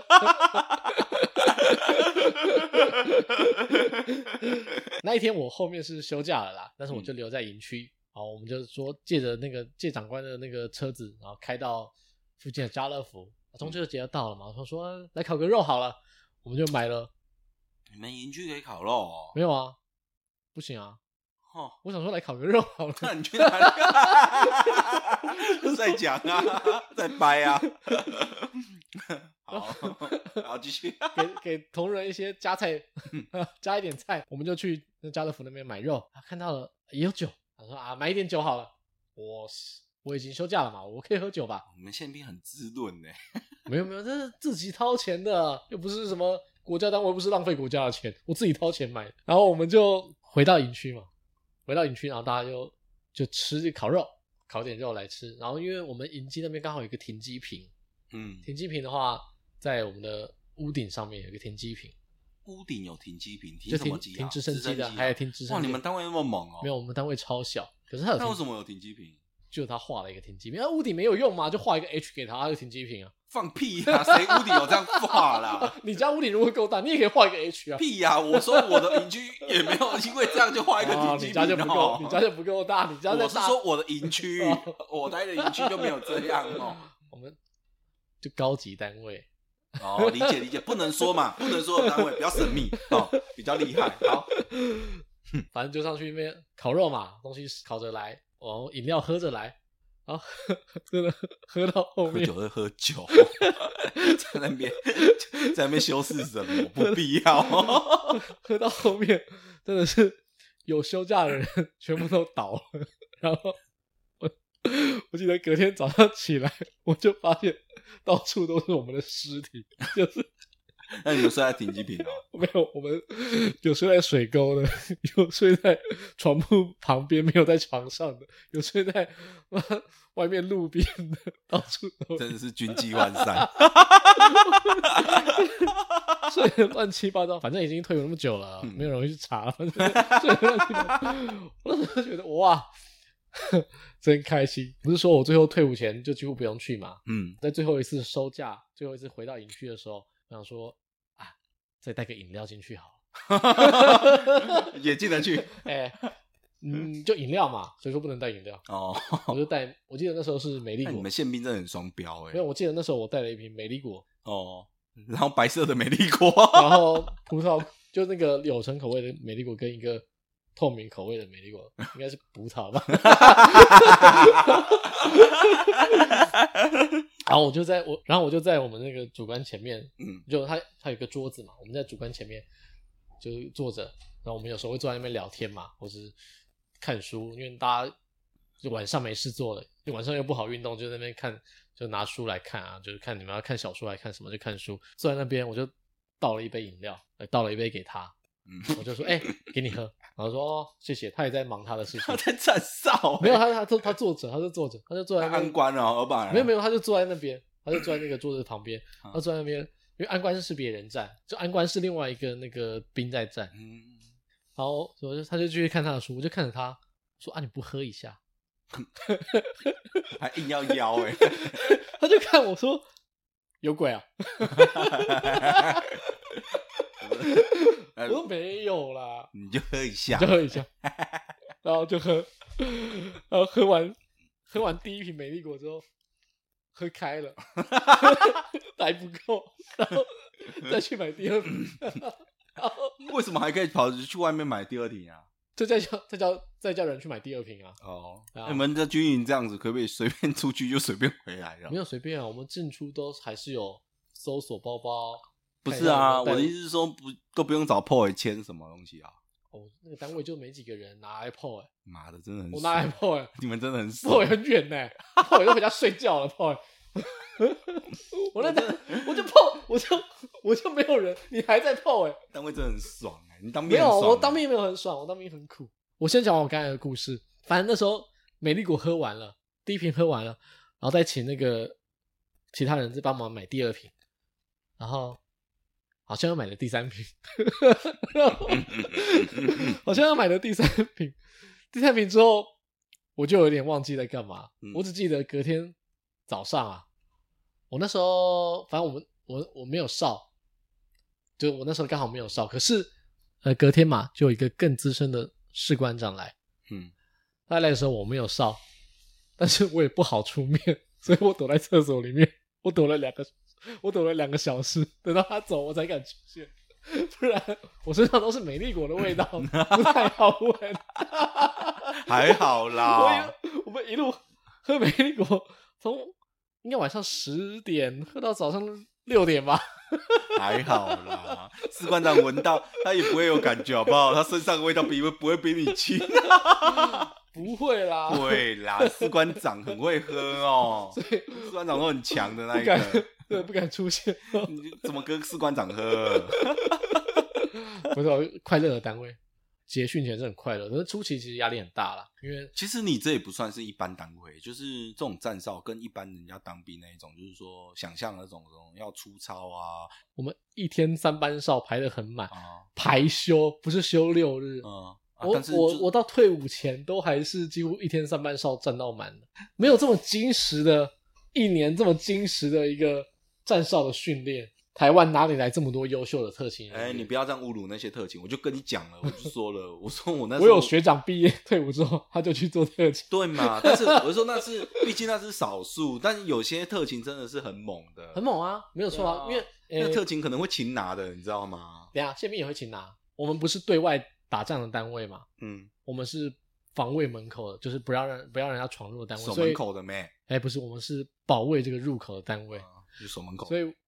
那一天我后面是休假了啦，但是我就留在营区。然后我们就说借着那个借长官的那个车子，然后开到附近的家乐福。中秋节要到了嘛，我说来烤个肉好了，我们就买了。
你们营区可以烤肉哦？
没有啊，不行啊。
哦，
我想说来烤个肉好了。
那你去哪里？再讲啊，再掰啊。好，好，继续。
给给同仁一些加菜，加一点菜，我们就去家乐福那边买肉。看到了也有酒，他说啊，买一点酒好了。我我已经休假了嘛，我可以喝酒吧？
你们宪兵很滋润呢。
没有没有，这是自己掏钱的，又不是什么国家单位，不是浪费国家的钱，我自己掏钱买的。然后我们就回到营区嘛。回到营区，然后大家就就吃烤肉，烤点肉来吃。然后因为我们营机那边刚好有一个停机坪，嗯，停机坪的话，在我们的屋顶上面有一个停机坪。
屋顶有停机坪，停
就
什么机啊？
停直升机的，啊、还有停直升机。
哇，你们单位那么猛哦！
没有，我们单位超小，可是他有。
那为什么有停机坪？
就他画了一个停机坪，那屋顶没有用嘛，就画一个 H 给他，他就停机坪啊。
放屁啊！谁屋顶有这样画啦？
你家屋顶如果够大，你也可以画一个 H 啊。
屁呀、啊！我说我的营区也没有因为这样就画一个停机坪、哦、
你家就不够，你家就不够大，你家在大。
我是说我的营区，我待的营区就没有这样哦。
我们就高级单位。
哦，理解理解，不能说嘛，不能说的单位比较神秘哦，比较厉害。好，
反正就上去那边烤肉嘛，东西烤着来，然后饮料喝着来。然后真的喝到后面，
喝酒喝喝酒，在那边在那边修饰什么？不必要。
喝到后面真的是有休假的人全部都倒了。然后我我记得隔天早上起来，我就发现到处都是我们的尸体，就是。
那你们睡在停机坪哦？
没有，我们有睡在水沟的，有睡在床铺旁边，没有在床上的，有睡在外面路边的，到处都
真的是军纪涣散，
睡得乱七八糟。反正已经退伍那么久了，嗯、没有人会去查，反正睡得乱七八糟。我那时候觉得哇，真开心。不是说我最后退伍前就几乎不用去嘛？嗯，在最后一次收假，最后一次回到营区的时候。我想说啊，再带个饮料进去好了，
也进得去。
哎、欸，嗯，就饮料嘛，所以说不能带饮料。哦，我就带，我记得那时候是美丽果。
你们宪兵真的很双标哎、欸。
没有，我记得那时候我带了一瓶美丽果。
哦，然后白色的美丽果，
然后葡萄就那个柳橙口味的美丽果跟一个透明口味的美丽果，应该是葡萄吧。然后我就在我，然后我就在我们那个主官前面，嗯，就他他有个桌子嘛，我们在主官前面就坐着，然后我们有时候会坐在那边聊天嘛，或是看书，因为大家就晚上没事做了，就晚上又不好运动，就在那边看，就拿书来看啊，就是看你们要看小说来看什么就看书，坐在那边我就倒了一杯饮料，倒了一杯给他。嗯，我就说，哎、欸，给你喝。然后说，哦，谢谢。他也在忙他的事情。
他在站哨、欸。
没有，他他他坐着，他就坐着，他就坐在那边。
安官哦，老板。
没有没有，他就坐在那边，他就坐在那个桌子旁边，他坐在那边，因为安官是别人站，就安官是另外一个那个兵在站。嗯。然后我就他就继续看他的书，我就看着他说啊，你不喝一下？
还硬要邀哎、
欸。他就看我说，有鬼啊！我说没有啦，
你就喝一下，
就喝一下，然后就喝，然后喝完喝完第一瓶美丽果之后，喝开了，还不够，然后再去买第二瓶。
为什么还可以跑去外面买第二瓶啊？
就再叫再叫再叫人去买第二瓶啊！
哦，你们的军营这样子，可不可以随便出去就随便回来了？
没有随便啊，我们进出都还是有搜索包包。
不是啊，我的意思是说不都不用找 P O 签什么东西啊？
哦，那个单位就没几个人拿 i P O 哎，
妈的，真的很
我拿 i P O 哎，
你们真的很
爽 ，P O 很远呢 ，P O 都回家睡觉了 ，P O 我那我就 P O 我就我就没有人，你还在 P O 哎，
单位真的很爽哎，你当兵
没有，我当兵没有很爽，我当兵很苦。我先讲完我刚才的故事，反正那时候美丽果喝完了，第一瓶喝完了，然后再请那个其他人再帮忙买第二瓶，然后。好像要买了第三瓶，好像要买了第三瓶，第三瓶之后我就有点忘记在干嘛、嗯，我只记得隔天早上啊，我那时候反正我们我我没有哨，就我那时候刚好没有哨，可是呃隔天嘛，就有一个更资深的士官长来，嗯，他来的时候我没有哨，但是我也不好出面，所以我躲在厕所里面，我躲了两个。我躲了两个小时，等到他走我才敢出现，不然我身上都是美丽果的味道，不太好闻。
还好啦。
我们一路喝美丽果，从应该晚上十点喝到早上六点吧。
还好啦，士官长闻到他也不会有感觉，好不好？他身上的味道比不会比你轻。
不会啦，
会啦，士官长很会喝哦，士官长都很强的那一个，
对，不敢出现。
你怎么跟士官长喝？
不是快乐的单位，结训前是很快乐，可是初期其实压力很大啦，因为
其实你这也不算是一般单位，就是这种站哨跟一般人家当兵那一种，就是说想象那种要出操啊，
我们一天三班哨排得很满，
啊，
排休不是休六日。
嗯。啊、
我
但是
我我到退伍前都还是几乎一天三班哨站到满的，没有这么精实的一年这么精实的一个站哨的训练。台湾哪里来这么多优秀的特勤人员？
哎、欸，你不要这样侮辱那些特勤，我就跟你讲了，我就说了，我说我那时候
我有学长毕业退伍之后，他就去做特勤，
对嘛？但是我就说那是，毕竟那是少数，但是有些特勤真的是很猛的，
很猛啊，没有错啊，啊因为、
欸、那特勤可能会勤拿的，你知道吗？
等一下宪兵也会勤拿，我们不是对外打仗的单位嘛，嗯，我们是防卫门口的，就是不让人不让人家闯入的单位，
守门口的咩？
哎、欸，不是，我们是保卫这个入口的单位，
就、啊、守门口，
所以。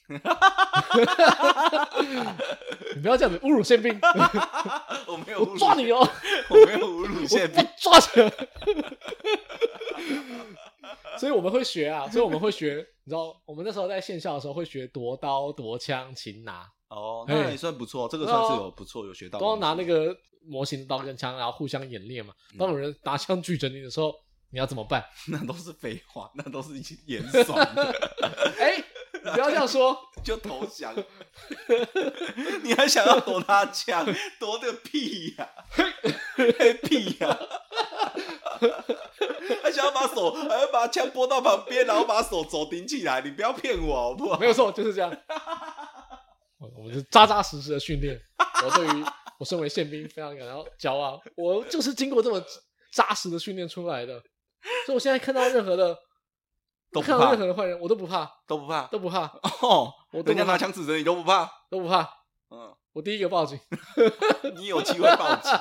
你不要这样子侮辱宪兵！
我没有侮辱，
我抓你哦！
我没有侮辱宪兵，
抓起来！所以我们会学啊，所以我们会学，你知道，我们那时候在线校的时候会学夺刀、夺枪、擒拿。
哦，那也算不错，这个算是有不错，有学到。
都要拿那个模型的刀跟枪，然后互相演练嘛。当有人拿枪拒着你的时候，你要怎么办？
那都是废话，那都是演爽的。
哎、欸。你不要这样说，
就投降。你还想要夺他枪，夺个屁呀、啊！屁呀、啊！还想要把手，还要把枪拨到旁边，然后把手肘顶起来。你不要骗我好不好？
没有错，就是这样。我们是扎扎实实的训练。我对于我身为宪兵非常感到骄傲，我就是经过这么扎实的训练出来的。所以我现在看到任何的。
都不
看到任何的坏人，我都不怕，
都不怕，
都不怕。
哦，
我
人家拿枪指着你都不怕，
都不怕。
嗯，
我第一个报警。
你有机会报警。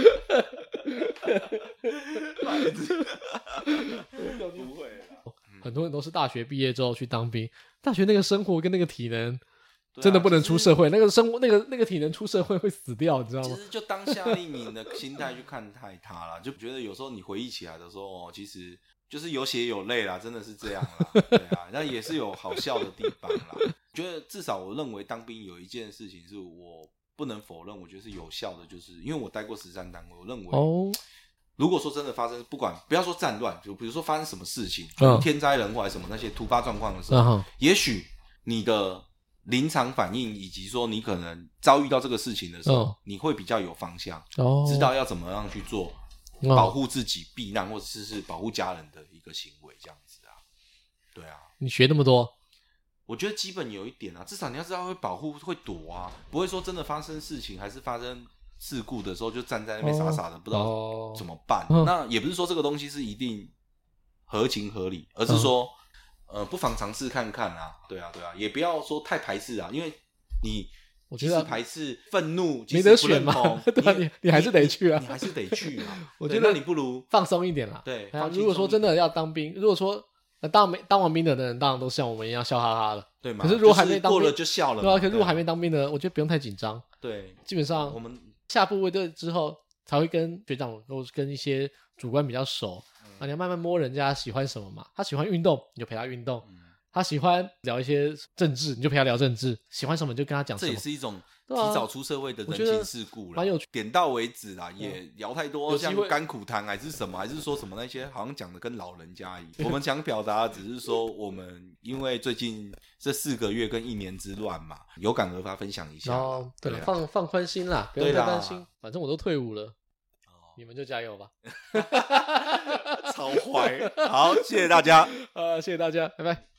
不会啦，
很多人都是大学毕业之后去当兵，大学那个生活跟那个体能，真的不能出社会。啊、那个生活，那个那个体能出社会会死掉，你知道吗？
其实就当夏令营的心态去看待它啦，就觉得有时候你回忆起来的时候，其实。就是有血有泪啦，真的是这样啦，对啊，那也是有好笑的地方啦。觉得至少我认为当兵有一件事情是我不能否认，我觉得是有效的，就是因为我待过实战单位，我认为，哦，如果说真的发生，不管不要说战乱，就比如说发生什么事情，嗯、天灾人祸什么那些突发状况的时候，嗯、也许你的临场反应以及说你可能遭遇到这个事情的时候，嗯、你会比较有方向，哦、知道要怎么样去做。保护自己、避难，或者是是保护家人的一个行为，这样子啊，对啊。
你学那么多，
我觉得基本有一点啊，至少你要知道会保护、会躲啊，不会说真的发生事情还是发生事故的时候就站在那边傻傻的，哦、不知道怎么办。哦、那也不是说这个东西是一定合情合理，而是说，哦、呃，不妨尝试看看啊，对啊，对啊，也不要说太排斥啊，因为你。
我觉得
排斥、愤怒，
没得选嘛，对吧？你你还是得去啊，
你还是得去啊。
我觉得
你不如
放松一点啦。
对，
如果说真的要当兵，如果说当没当完兵的人，当然都像我们一样笑哈哈的，
对嘛？
可是如果还没当兵，
过了就笑了，
对啊。可是如果还没当兵的，我觉得不用太紧张。
对，
基本上我们下部位队之后，才会跟学长或跟一些主官比较熟啊。你要慢慢摸人家喜欢什么嘛？他喜欢运动，你就陪他运动；他喜欢聊一些政治，你就陪他聊政治。喜欢什么就跟他讲什么。
这也是一种。提早出社会的人情世故啦，点到为止啦，也聊太多像甘苦谈还是什么，还是说什么那些好像讲的跟老人家一样。我们想表达的只是说，我们因为最近这四个月跟一年之乱嘛，有感而发分享一下。
哦，对了，放放宽心啦，不用太担心，反正我都退伍了，你们就加油吧。
超坏，好，谢谢大家，
呃，谢谢大家，拜拜。